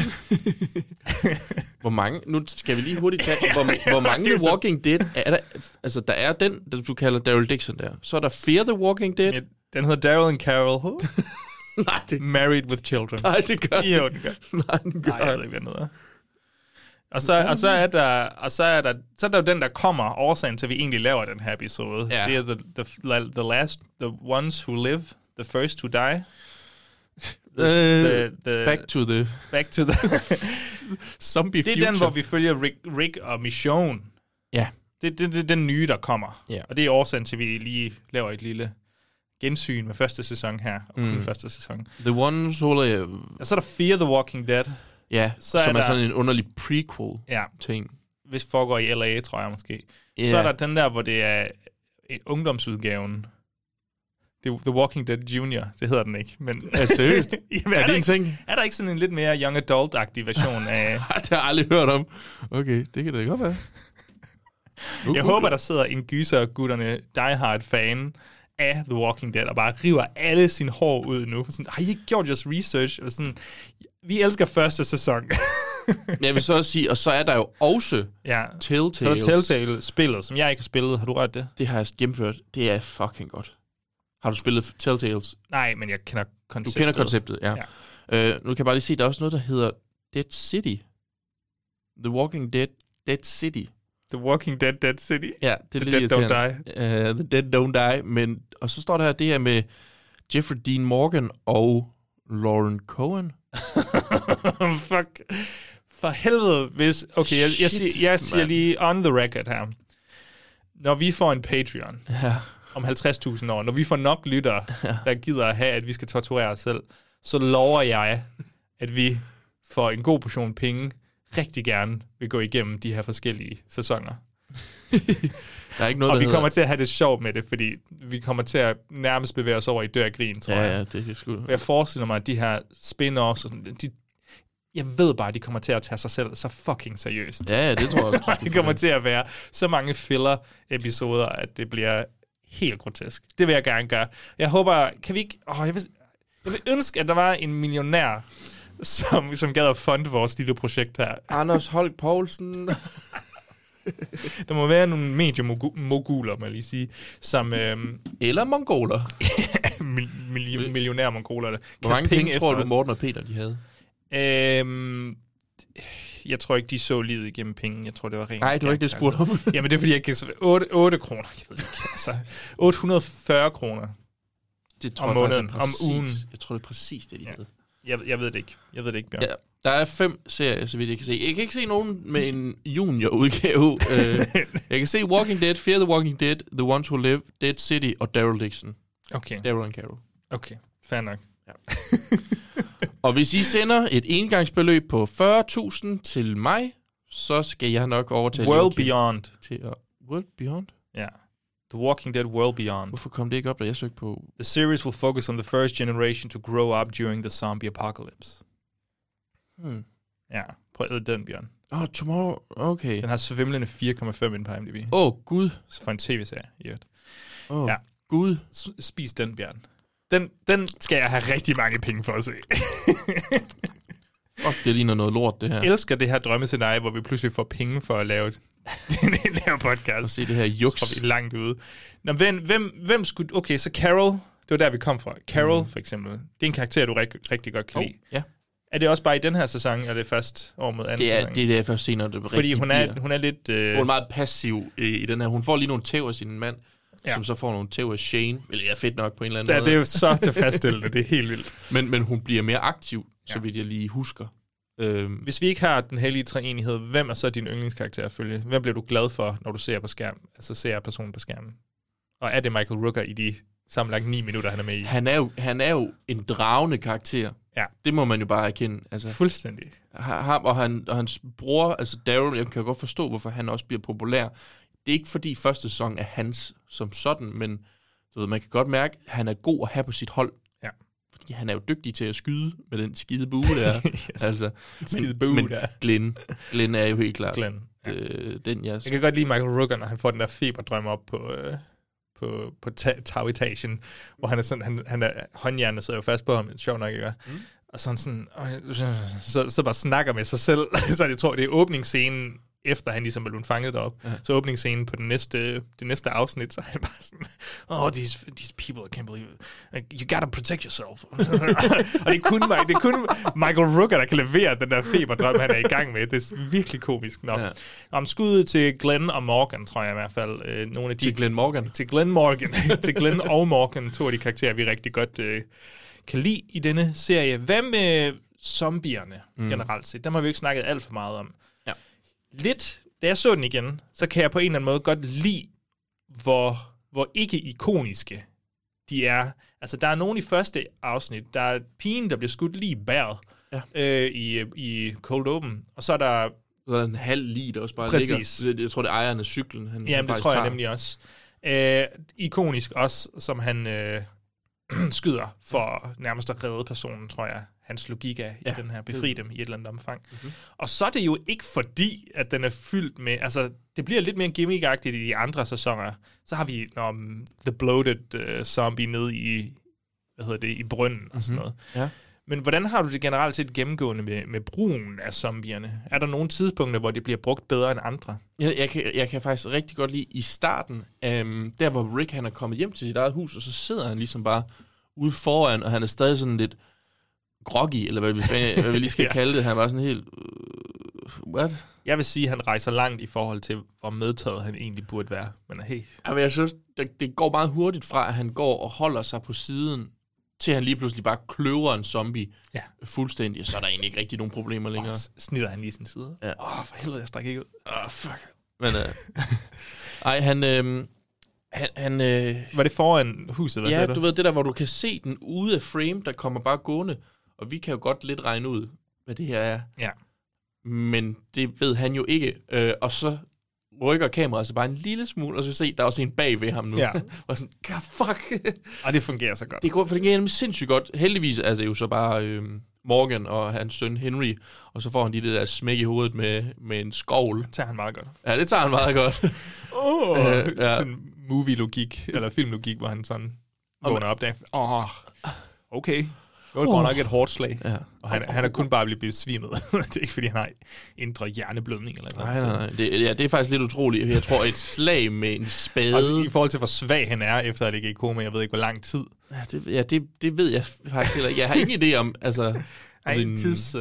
Hvor mange, nu skal vi lige hurtigt tage, hvor, hvor mange The Walking Dead er der? Altså, der er den, der du kalder Daryl Dixon der. Så er der Fear the Walking Dead. Ja, den hedder Daryl and Carol. Nej, det... Married with Children. Nej, det gør Jo, det gør. Nej, det gør. Nej, jeg ved ikke, hvad noget er. Og så, og så er der, og så er der, så er der jo den, der kommer, årsagen til, at vi egentlig laver den her episode. Ja. Det er the, the, the last, the ones who live, the first who die. The, the, the, back to the... Back to the... zombie future. Det er den, hvor vi følger Rick, Rick og Michonne. Ja. Det, det, det er den nye, der kommer. Ja. Og det er årsagen til, at vi lige laver et lille... gensyn med første sæson her, og kun mm. første sæson. The Ones Who Live. Og så er der Fear the Walking Dead. Ja, så som er, er sådan en underlig prequel-ting. Ja, hvis foregår i L A, tror jeg måske. Yeah. Så er der den der, hvor det er en ungdomsudgaven. Det er The Walking Dead Junior, det hedder den ikke. Men ja, seriøst? Jamen, er, er, der ikke, ting? er der ikke sådan en lidt mere young adult-agtig version af... det har jeg aldrig hørt om. Okay, det kan det godt være. Uh, jeg uh, håber, uh. der sidder en gyser-gutterne Die Hard-fan af The Walking Dead, og bare river alle sine hår ud nu. Sådan, har I ikke gjort jeres research? Og sådan, vi elsker første sæson. Jeg vil så også sige, og så er der jo også ja. Telltale. Så er der Telltale-spillet, som jeg ikke har spillet. Har du ret det? Det har jeg gennemført. Det er fucking godt. Har du spillet Telltales? Nej, men jeg kender konceptet. Du kender konceptet, ja. ja. Uh, nu kan jeg bare lige se, der er også noget, der hedder Dead City. The Walking Dead, Dead City. The Walking Dead, Dead City? Ja, det er The lidt Dead Don't Die. Uh, the Dead Don't Die, men... Og så står der her, det her med Jeffrey Dean Morgan og Lauren Cohen. Fuck. For helvede, hvis... Okay, jeg, jeg, siger, jeg siger lige on the record her. Når vi får en Patreon ja. om halvtreds tusind år, når vi får nok lyttere, ja. der gider at have, at vi skal torturere os selv, så lover jeg, at vi får en god portion penge, rigtig gerne vil gå igennem de her forskellige sæsoner. Der er ikke noget, og vi hedder... kommer til at have det sjovt med det, fordi vi kommer til at nærmest bevæge os over i dør af grin, tror ja, jeg. Ja, det er sgu... Jeg forestiller mig, at de her spin-offs, de, jeg ved bare, at de kommer til at tage sig selv så fucking seriøst. Ja, det tror jeg også. Det kommer til at være så mange filler-episoder, at det bliver helt grotesk. Det vil jeg gerne gøre. Jeg håber, kan vi ikke... Åh, jeg, vil, jeg vil ønske, at der var en millionær, som, som gad at funde vores lille projekt her. Anders Holk Poulsen. Der må være nogle mediemoguler, må jeg lige sige, som... Øhm, Eller mongoler. mil- millionær mongoler. Hvor mange penge, penge tror du, Morten og Peter, de havde? Øhm, Jeg tror ikke, de så livet igennem penge. Jeg tror, det var rent. Nej, det var ikke det, spurgte om. Jamen, det er, fordi jeg kan... otte, otte kroner. Jeg ved ikke, altså... otte hundrede og fyrre kroner. Det tror om jeg måneden, præcis, om ugen. Jeg tror, det er præcis det, de ja. havde. Jeg, jeg ved det ikke. Jeg ved det ikke, Bjørn. Ja, der er fem serier, så vidt jeg kan se. Jeg kan ikke se nogen med en junior-udgave. uh, jeg kan se Walking Dead, Fear the Walking Dead, The Ones Who Live, Dead City og Daryl Dixon. Okay. Daryl and Carol. Okay, fair nok. Ja. Og hvis I sender et engangsbeløb på fyrre tusind til mig, så skal jeg nok overtale World Beyond. Til at... World Beyond? Ja. The Walking Dead World Beyond. Hvorfor kom det ikke op, da jeg søgte på... The series will focus on the first generation to grow up during the zombie apocalypse. Hmm. Ja, prøv at den, Bjørn. Åh, oh, Tomorrow... Okay. Den har svimlende fire komma fem ind på I M D B. Åh, oh, Gud. For en tv-serie, i øvrigt. Åh, oh, ja. Gud. Spis den, Bjørn. Den, den skal jeg have rigtig mange penge for at se. Fuck, det ligner noget lort, det her. Jeg elsker det her drømmescenarie, hvor vi pludselig får penge for at lave, lave podcast. Og se det her juks. Så vi er langt ude. Nå, hvem, hvem, hvem skulle... Okay, så Carol, det var der, vi kom fra. Carol, mm. for eksempel. Det er en karakter, du rigtig, rigtig godt kan oh, lide. Ja. Er det også bare i den her sæson, eller er det først over mod anden det er, sæson? Det er det først senere, det Fordi hun er, hun er lidt... Øh... Hun er meget passiv i, i den her. Hun får lige nogle tæv af sin mand, ja. som så får nogle tæv af Shane. Eller jeg er fedt nok på en eller anden ja, måde. Det er jo så tilfredsstillende, det er helt vildt. Men, men hun bliver mere aktiv, så ja. vidt jeg lige husker. Øhm. Hvis vi ikke har den hellige treenighed, hvem er så din yndlingskarakter at følge? Hvem bliver du glad for, når du ser på skærmen? Altså ser personen på skærmen? Og er det Michael Rooker i de sammenlagt ni minutter, han er med i? Han er jo, han er jo en dragende karakter. Ja. Det må man jo bare erkende. Altså, fuldstændig. Ham og, han, og hans bror, altså Daryl, jeg kan godt forstå, hvorfor han også bliver populær. Det er ikke fordi første sæson er hans som sådan, men du ved, man kan godt mærke, at han er god at have på sit hold. Ja. Fordi han er jo dygtig til at skyde med den skide bue der. yes. altså, skide men, bue men der. Glenn, Glenn er jo helt klart Glenn, ja. det, den, jeg... Jeg kan godt lide Michael Rooker, når han får den der feberdrøm op på... Øh på, på tagetagen, hvor han er sådan, han, han er, håndjernet sidder jo fast på ham, sjovt nok, ikke? Mm. Og sådan sådan, så, så bare snakker med sig selv, så jeg tror, det er åbningsscenen, efter han ligesom er blevet fanget derop, ja. Så åbningsscenen på den næste, det næste afsnit, så er han bare sådan, oh, these, these people, I can't believe it. Like, you gotta protect yourself. Og det er, kun, det er kun Michael Rooker, der kan levere den der feberdrøm, han er i gang med. Det er virkelig komisk. Nå. Ja. Om skuddet til Glenn og Morgan, tror jeg i hvert fald. Øh, nogle af de, til Glenn Morgan? Til Glenn Morgan. til Glenn og Morgan, to af de karakterer, vi rigtig godt øh, kan lide i denne serie. Hvad med zombierne mm. generelt set? Dem har vi jo ikke snakket alt for meget om. Ja. Lidt, da jeg så den igen, så kan jeg på en eller anden måde godt lide, hvor, hvor ikke ikoniske de er. Altså, der er nogen i første afsnit, der er pigen, der bliver skudt lige i bæret ja. øh, i, i Cold Open, og så er der... Så er der en halv lige, der også bare Præcis. ligger. Jeg tror, det er ejeren af cyklen. Han, Jamen, han det tror jeg tager. nemlig også. Øh, ikonisk også, som han øh, skyder for nærmest at redde personen, tror jeg. Hans logik er i ja. den her, befri dem i et eller andet omfang. Mm-hmm. Og så er det jo ikke fordi, at den er fyldt med... Altså, det bliver lidt mere gimmick-agtigt i de andre sæsoner. Så har vi um, The Bloated uh, Zombie nede i, hvad hedder det, i brønden mm-hmm. og sådan noget. Ja. Men hvordan har du det generelt set gennemgående med, med brugen af zombierne? Er der nogle tidspunkter, hvor det bliver brugt bedre end andre? Jeg, jeg, kan, jeg kan faktisk rigtig godt lide i starten, øhm, der hvor Rick han er kommet hjem til sit eget hus, og så sidder han ligesom bare ude foran, og han er stadig sådan lidt groggy, eller hvad vi, hvad vi lige skal ja. kalde det. Han var sådan helt... Uh, what? Jeg vil sige, at han rejser langt i forhold til, hvor medtaget han egentlig burde være. Men hey. Ja, men jeg synes, det, det går meget hurtigt fra, at han går og holder sig på siden, til han lige pludselig bare kløver en zombie ja. fuldstændig, så er der egentlig ikke rigtig nogen problemer længere. Oh, snitter han lige sin side. Ja. Åh, oh, for helvede, jeg strækker ikke ud. Åh, oh, fuck. Men, uh, ej, han... Øh, Han, han, øh, var det foran huset? Hvad ja, du? du ved, det der, hvor du kan se den ude af frame, der kommer bare gående, og vi kan jo godt lidt regne ud, hvad det her er. Ja. Men det ved han jo ikke. Øh, og så rykker kameraet sig bare en lille smule, og så se, der er også en bag ved ham nu. Ja. Og sådan, god fuck. Og det fungerer så godt. Det går, for det fungerer sindssygt godt. Heldigvis er det jo så bare øh, Morgan og hans søn Henry, og så får han lige det der smæk i hovedet med, med en skovl. Det tager han meget godt. Ja, det tager han meget godt. Åh, oh, øh, ja. Sådan movie-logik, eller filmlogik, hvor han sådan vågner op der. Åh, oh, okay. Det var godt nok et hårdt slag. Ja. Og han, han er kun bare blevet besvimet. Det er ikke, fordi han har indre hjerneblødning eller noget. Nej, nej, nej. Det, ja, det er faktisk lidt utroligt. Jeg tror, et slag med en spade... Altså, i forhold til, hvor svag han er, efter at det gik i koma, jeg ved ikke, hvor lang tid. Ja, det, ja, det, det ved jeg faktisk heller ikke. Jeg har ingen idé om, altså... Ej, en tids... Øh...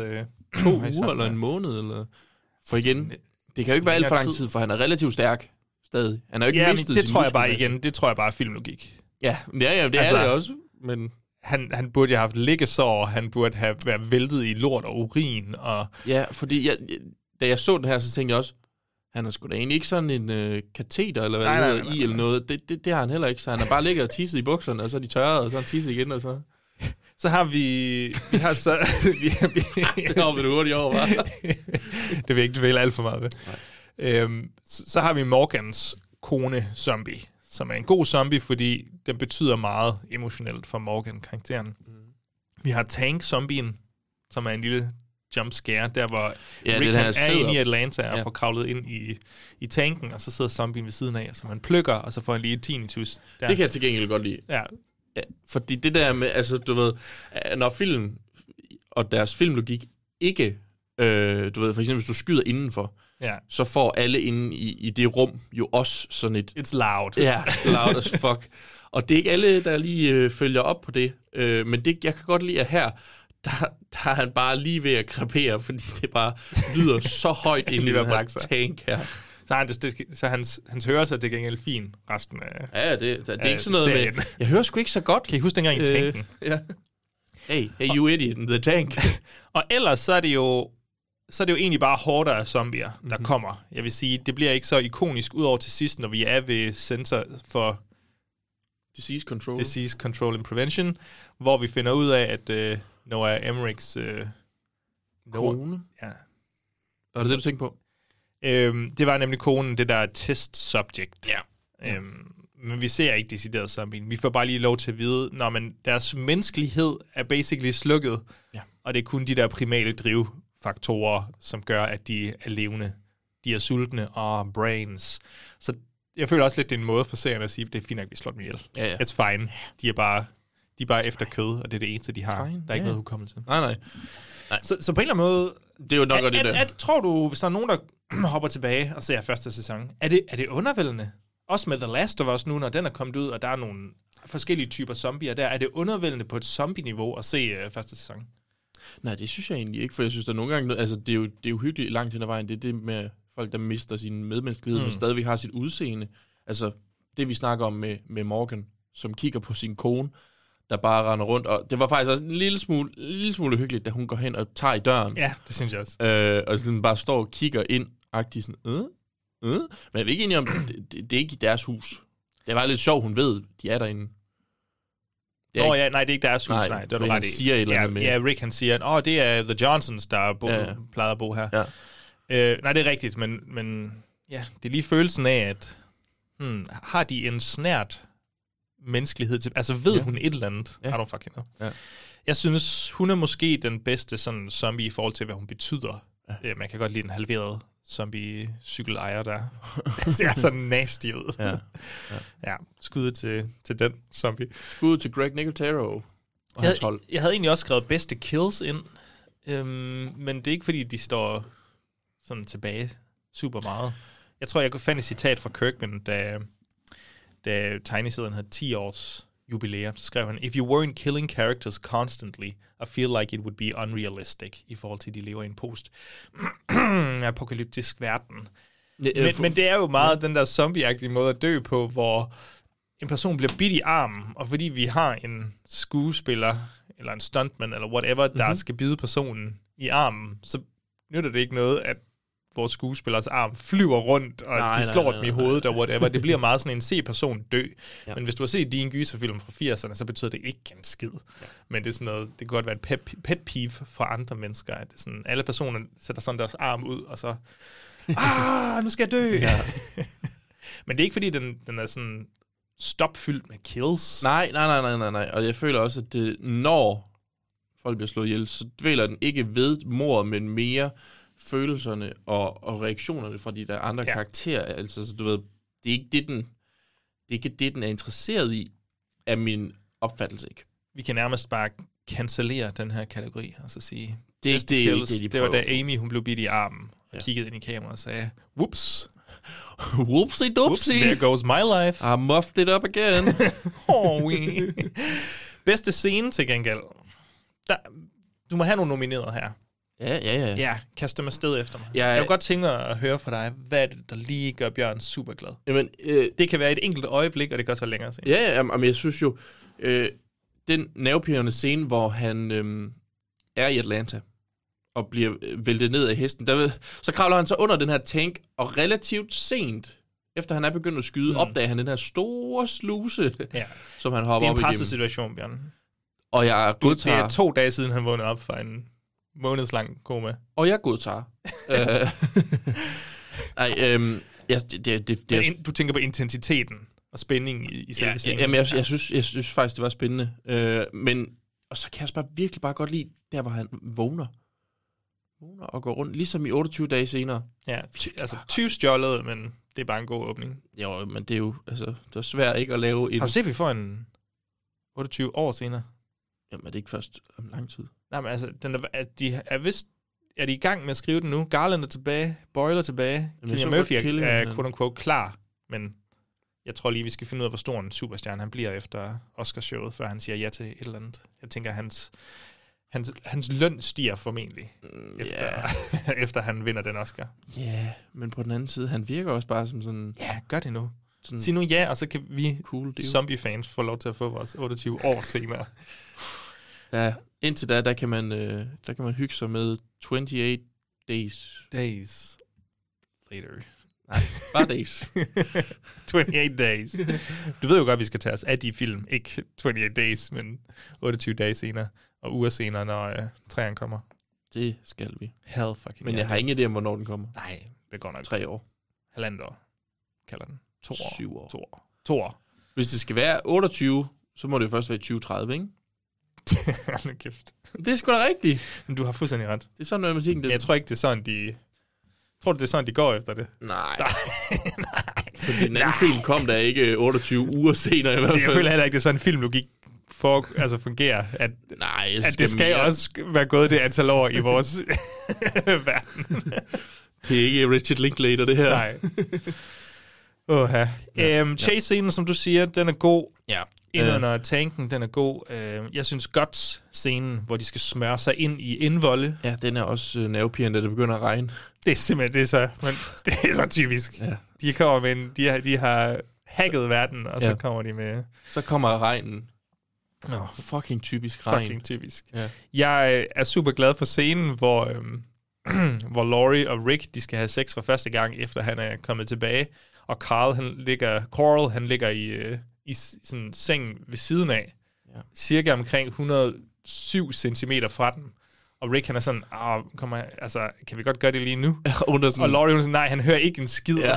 to uger eller en måned, eller... For igen, det kan jo ikke være alt for lang tid, for han er relativt stærk stadig. Han er jo ikke ja, mistet det sin tror jeg bare muskelmasse. igen, det tror jeg bare er filmlogik. Ja, ja, ja det altså, er det også, men... Han, han burde have haft liggesår, han burde have været væltet i lort og urin, og... Ja, fordi jeg, da jeg så den her, så tænkte jeg også, han har sgu da egentlig ikke sådan en øh, kateter, eller hvad nej, det hedder, nej, nej, i, nej. eller noget. Det, det, det har han heller ikke, så han har bare ligget og tisset i bukserne, og så er de tørret, og så har han tisset igen, og så... Så har vi... Vi har så... vi, vi, det har vi det hurtigt over, hva'? Det vil jeg ikke dvæle alt for meget ved. Øhm, så, så har vi Morgans kone, zombie, som er en god zombie, fordi den betyder meget emotionelt for Morgan-karakteren. Mm. Vi har Tank-zombien, som er en lille jumpscare, der hvor ja, Rick er er inde i Atlanta og ja. får kravlet ind i, i tanken, og så sidder zombien ved siden af, som han plukker, og så får han lige et tinnitus. Der. Det kan jeg til gengæld godt lide. Ja. Ja, fordi det der med, altså du ved, når film og deres filmlogik ikke, øh, du ved, for eksempel hvis du skyder indenfor, ja. så får alle inde i, i det rum jo også sådan et... It's loud. Ja, loud as fuck. Og det er ikke alle, der lige øh, følger op på det, øh, men det, jeg kan godt lide, at her, der, der er han bare lige ved at krepere, fordi det bare lyder så højt ind i den her tank her. Så, han, det, så hans, hans hørelse er til gengæld fin resten af Ja, det, det, det er ikke sådan noget serien. Med... Jeg hører sgu ikke så godt. Kan I huske dengang i tanken? Øh, ja. Hey, hey you idiot in the tank. Og ellers så er det jo så er det jo egentlig bare horder af zombier, der mm-hmm. kommer. Jeg vil sige, det bliver ikke så ikonisk ud over til sidst, når vi er ved Center for Disease Control, Disease Control and Prevention, hvor vi finder ud af, at uh, Noah Emmerichs uh, kone. Ja. Var det det, du tænkte på? Øhm, det var nemlig konen, det der test subject. Ja. Øhm, men vi ser ikke decideret zombien. Vi får bare lige lov til at vide, når man deres menneskelighed er basically slukket, ja. og det er kun de der primale drivfaktorer, som gør, at de er levende. De er sultne og brains. Så jeg føler også lidt, det er en måde for serien at sige, at det er fint, at vi slår dem ihjel. Ja, ja. It's fine. De er bare, de er bare efter kød, og det er det eneste, de har. Fine. Der er ikke ja. noget hukommelse. Nej, nej. nej. Så, så på en eller anden måde... Det er jo nok at, det at, der. At, tror du, hvis der er nogen, der hopper tilbage og ser første sæson, er det, er det undervældende? Også med The Last of Us nu, når den er kommet ud, og der er nogle forskellige typer zombier der, er det undervældende på et zombie-niveau at se uh, første sæson? Nej, det synes jeg egentlig ikke, for jeg synes, der nogle gange... Altså, det er jo, det er jo hyggeligt langt hen ad vejen. Det er det med folk, der mister sin medmenneskelighed, mm. men stadigvæk har sit udseende. Altså, det vi snakker om med, med Morgan, som kigger på sin kone, der bare render rundt, og det var faktisk også en lille smule, en lille smule hyggeligt, da hun går hen og tager i døren. Ja, det synes jeg også. Øh, og sådan bare står og kigger ind, agtigt sådan, øh, øh. Men jeg er ikke enig om, det, det, det er ikke i deres hus. Det var lidt sjovt, hun ved, de er derinde. Nå ikke... ja, nej, det er ikke deres hus, nej. nej det er du ret i. Siger et eller ja, andet med. Ja, Rick han siger, åh, oh, det er The Johnsons, der bo, ja, ja. plejede at bo her. Ja. Øh, nej, det er rigtigt, men, men ja, det er lige følelsen af, at hmm, har de en snært menneskelighed til... Altså, ved ja. hun et eller andet? Ja. I don't fucking know. Ja. Jeg synes, hun er måske den bedste sådan, zombie i forhold til, hvad hun betyder. Ja. Ja, man kan godt lide en halveret zombie-cykelejer, der ser sådan nasty ud. Ja, ja. ja skud til, til den zombie. Skud til Greg Nicotero og jeg hans hold. Jeg havde egentlig også skrevet bedste kills ind, øhm, men det er ikke, fordi de står sådan tilbage super meget. Jeg tror, jeg fandt et citat fra Kirkman, da... da tegneserien havde ti års jubilæum, så skrev han, if you weren't killing characters constantly, I feel like it would be unrealistic, i forhold til, at de lever i en post-apokalyptisk verden. Ja, men, for, men det er jo meget ja. den der zombie-agtige måde at dø på, hvor en person bliver bidt i armen, og fordi vi har en skuespiller, eller en stuntman, eller whatever, der mm-hmm. skal bide personen i armen, så nytter det ikke noget, at vores skuespillers arm flyver rundt, og nej, de slår nej, nej, dem i hovedet, og whatever. Det bliver meget sådan en se-person dø. Ja. Men hvis du har set din gyserfilm fra firserne, så betyder det ikke en skid. Ja. Men det er sådan noget, det kan godt være et pet, pet peeve for andre mennesker, at det er sådan, alle personer sætter sådan deres arm ud, og så, ah, nu skal jeg dø. Ja. Men det er ikke, fordi den, den er sådan stopfyldt med kills. Nej, nej, nej, nej, nej, nej. Og jeg føler også, at det, når folk bliver slået ihjel, så dvæler den ikke ved mordet, men mere følelserne og, og reaktionerne fra de der andre ja. karakterer. Altså, så du ved, det er ikke det, den, det er ikke det, den er interesseret i, af min opfattelse ikke. Vi kan nærmest bare cancellere den her kategori, og så sige, det, det, det, kills, det, de det var da Amy, hun blev bidt i armen, og ja. kiggede ind i kameraet og sagde, whoops. Whoopsie doopsie. There goes my life. I muffed it up again. oh, we. Bedste scene til gengæld. Der, du må have nogle nomineret her. Ja, ja, ja. Ja, kast dem afsted efter mig. Ja, jeg vil godt tænke mig at høre fra dig, hvad er det, der lige gør Bjørn super glad? Jamen, øh, det kan være et enkelt øjeblik, og det kan også være længere siden. Ja, ja, men jeg synes jo, øh, den nervepirrende scene, hvor han øh, er i Atlanta, og bliver væltet ned af hesten, der ved, så kravler han så under den her tank, og relativt sent, efter han er begyndt at skyde, mm. opdager han den her store sluse, ja. som han hopper op igennem. Det er en presset situation, Bjørn. Og jeg godtager... Det er to dage siden, han vågnede op fra en månedslang koma. Og jeg godtager. Ej, øhm, jeg, det, det, det, det, Men du tænker på intensiteten og spændingen i, i selve ja, scenen. Jamen, jeg, jeg, synes, jeg synes faktisk, det var spændende. Øh, men, og så kan jeg også bare virkelig bare godt lide, der hvor han vågner. Vågner og går rundt, ligesom i otteogtyve dage senere. Ja, altså tyvstjålet, men det er bare en god åbning. Jo, men det er jo, altså, det er svært ikke at lave en... Har du set, vi får en otteogtyve år senere? Jamen, er det ikke først om lang tid? Nej, men altså, den er, er, de er vist... Er de i gang med at skrive den nu? Garland er tilbage, Boyle er tilbage, Cillian Murphy er, er quote-unquote klar, men jeg tror lige, vi skal finde ud af, hvor stor en superstjerne han bliver efter Oscarshowet, før han siger ja til et eller andet. Jeg tænker, hans, hans, hans løn stiger formentlig, mm, efter, yeah. efter han vinder den Oscar. Ja, yeah, men på den anden side, han virker også bare som sådan... Ja, gør det nu. Sådan sig nu ja, og så kan vi cool zombie-fans få lov til at få vores otteogtyve år senere. Ja, indtil da, der kan man, øh, der kan man hygge sig med toogtyve days. Days. Later. Nej, bare days. toogtyve days. Du ved jo godt, vi skal tage os af de film. Ikke toogtyve days, men otteogtyve dage senere. Og uger senere, når øh, træerne kommer. Det skal vi. Hell fucking Men jeg har ingen idé om, hvornår den kommer. Nej, det går nok. Tre år. Halvandet år, kalder den. To år. Syv år. To år. To år. Hvis det skal være otteogtyve, så må det jo først være tyve tredive, ikke? Kæft. Det er sgu da rigtigt. Men du har fuldstændig ret. Det er sådan noget, man tænker. Jeg tror ikke, det er sådan, de... Tror du, det er sådan, de går efter det? Nej. Nej. For den anden Nej. film kom der ikke otteogtyve uger senere i hvert fald. Jeg føler heller ikke, det er sådan en filmlogik for, altså fungerer. At, Nej, at det skal mere. Også være gået det antal år i vores verden. Det er ikke Richard Linklater, det her. Nej. Åh, ja. øhm, Chase-scenen, som du siger, den er god. Ja. Ind under uh, tanken, den er god. Uh, jeg synes godt scenen, hvor de skal smøre sig ind i indvolde. Ja, den er også uh, nervepirrende, da det begynder at regne. Det er simpelthen, det er så, men det er så typisk. Ja. De kommer med en, de har, de har hacket verden, og ja. så kommer de med... Så kommer regnen. Oh, fucking typisk regn. Fucking typisk. Ja. Jeg er super glad for scenen, hvor, øhm, hvor Laurie og Rick, de skal have sex for første gang, efter han er kommet tilbage. Og Carl, han ligger, Coral, han ligger i... Øh, i sådan en seng ved siden af, ja. cirka omkring et hundrede og syv centimeter fra den. Og Rick, han er sådan, ah, kom her, altså, kan vi godt gøre det lige nu? Ja, sådan... Og Laurie, hun er sådan, nej, han hører ikke en skid. Ja.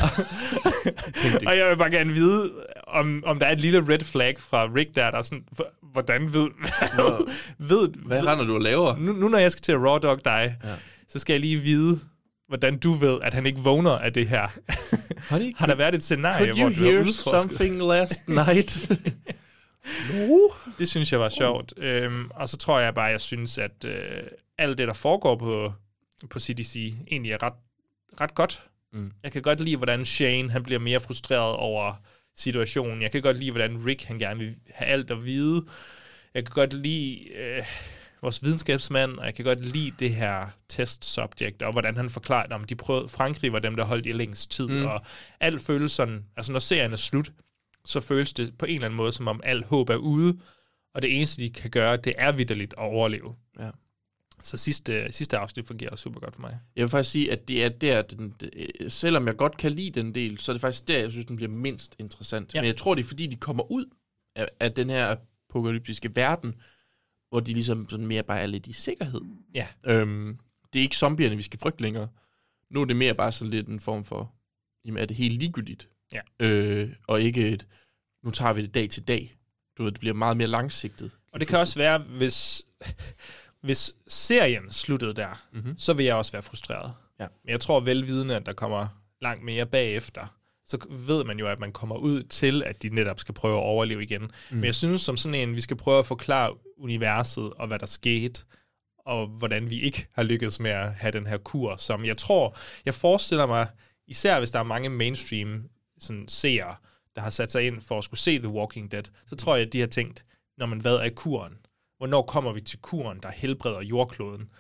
Og jeg vil bare gerne vide, om, om der er et lille red flag fra Rick der, der er sådan, hvordan ved... ved Hvad render du og laver? Nu, nu når jeg skal til at raw dog dig, ja. så skal jeg lige vide, hvordan du ved, at han ikke vågner af det her. Honey, har der været et scenarie, hvor du har udforsket? Something last night? no. Det synes jeg var sjovt. Øhm, og så tror jeg bare, jeg synes, at øh, alt det, der foregår på, på C D C, egentlig er ret, ret godt. Mm. Jeg kan godt lide, hvordan Shane han bliver mere frustreret over situationen. Jeg kan godt lide, hvordan Rick han gerne vil have alt at vide. Jeg kan godt lide... Øh, vores videnskabsmand, og jeg kan godt lide det her test-subject, og hvordan han forklarer, om de prøvede, Frankrig var dem, der holdt i længst tid, mm. og alt føles sådan, altså når serien er slut, så føles det på en eller anden måde, som om alt håb er ude, og det eneste, de kan gøre, det er vitterligt at overleve. Ja. Så sidste, sidste afsnit fungerer super godt for mig. Jeg vil faktisk sige, at det er der, den, selvom jeg godt kan lide den del, så er det faktisk der, jeg synes, den bliver mindst interessant. Ja. Men jeg tror, det er fordi, de kommer ud af, af den her apokalyptiske verden, hvor de ligesom sådan mere bare er lidt i sikkerhed. Ja. Øhm, det er ikke zombierne, vi skal frygte længere. Nu er det mere bare sådan lidt en form for, jamen er det helt ligegyldigt? Ja. Øh, og ikke et, nu tager vi det dag til dag. Du ved, det bliver meget mere langsigtet. Og det kan også være, hvis, hvis serien sluttede der, mm-hmm. så vil jeg også være frustreret. Ja. Men jeg tror velvidende, at der kommer langt mere bagefter. Så ved man jo, at man kommer ud til, at de netop skal prøve at overleve igen. Mm. Men jeg synes, som sådan en, vi skal prøve at forklare universet, og hvad der skete, og hvordan vi ikke har lykkedes med at have den her kur, som jeg tror, jeg forestiller mig, især hvis der er mange mainstream sådan, seere, der har sat sig ind for at skulle se The Walking Dead, så tror jeg, at de har tænkt, når man hvad er kuren? Hvornår kommer vi til kuren, der helbreder jordkloden? Ja.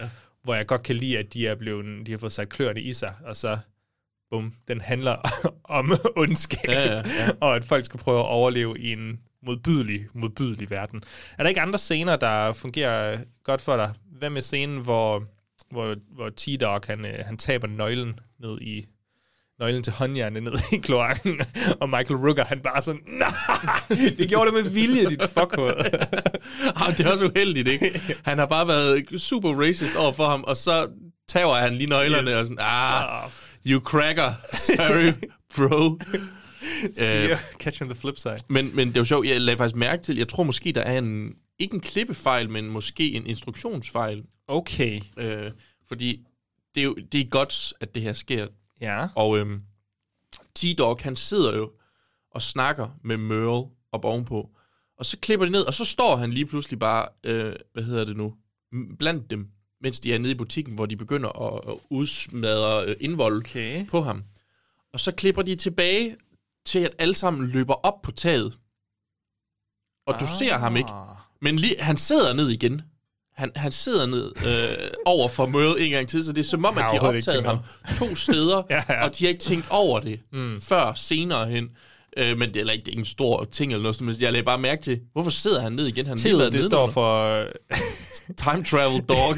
hvor jeg godt kan lide, at de er blevet, de har fået sat kløerne i sig, og så, bum, den handler om ondskab, ja, ja, ja. og at folk skal prøve at overleve i en modbydelig, modbydelig verden. Er der ikke andre scener, der fungerer godt for dig? Hvad med scenen, hvor, hvor, hvor T-Dog, han, han taber nøglen ned i nøglen til håndjernet ned i kloakken, og Michael Rooker, han bare sådan, nej, det gjorde det med vilje, dit fuckhoved. Ah, det er også uheldigt, ikke? Han har bare været super racist over for ham, og så tager han lige nøglerne yeah. og sådan, ah, you cracker, sorry, bro. See you, catch on the flip side. Men, men det er jo sjovt, jeg lagde faktisk mærke til, jeg tror måske, der er en, ikke en klippefejl, men måske en instruktionsfejl. Okay. Øh, fordi det er jo det er godt, at det her sker. Ja. Og øhm, T-Dog, han sidder jo og snakker med Merle op ovenpå. Og så klipper de ned, og så står han lige pludselig bare, øh, hvad hedder det nu, blandt dem, mens de er nede i butikken, hvor de begynder at, at udsmadre øh, indvold okay. på ham. Og så klipper de tilbage til, at alle sammen løber op på taget. Og ah. du ser ham ikke. Men lige, han sidder ned igen. Han, han sidder ned øh, over for Merle en gang til, så det er som om, at de har optaget ham to steder, ja, ja. og de har ikke tænkt over det mm. før senere hen. Øh, men det er heller ikke, det er ikke en stor ting eller noget, men jeg lagde bare mærke til, hvorfor sidder han ned igen? Han Tid, det det står for... Time Travel Dog.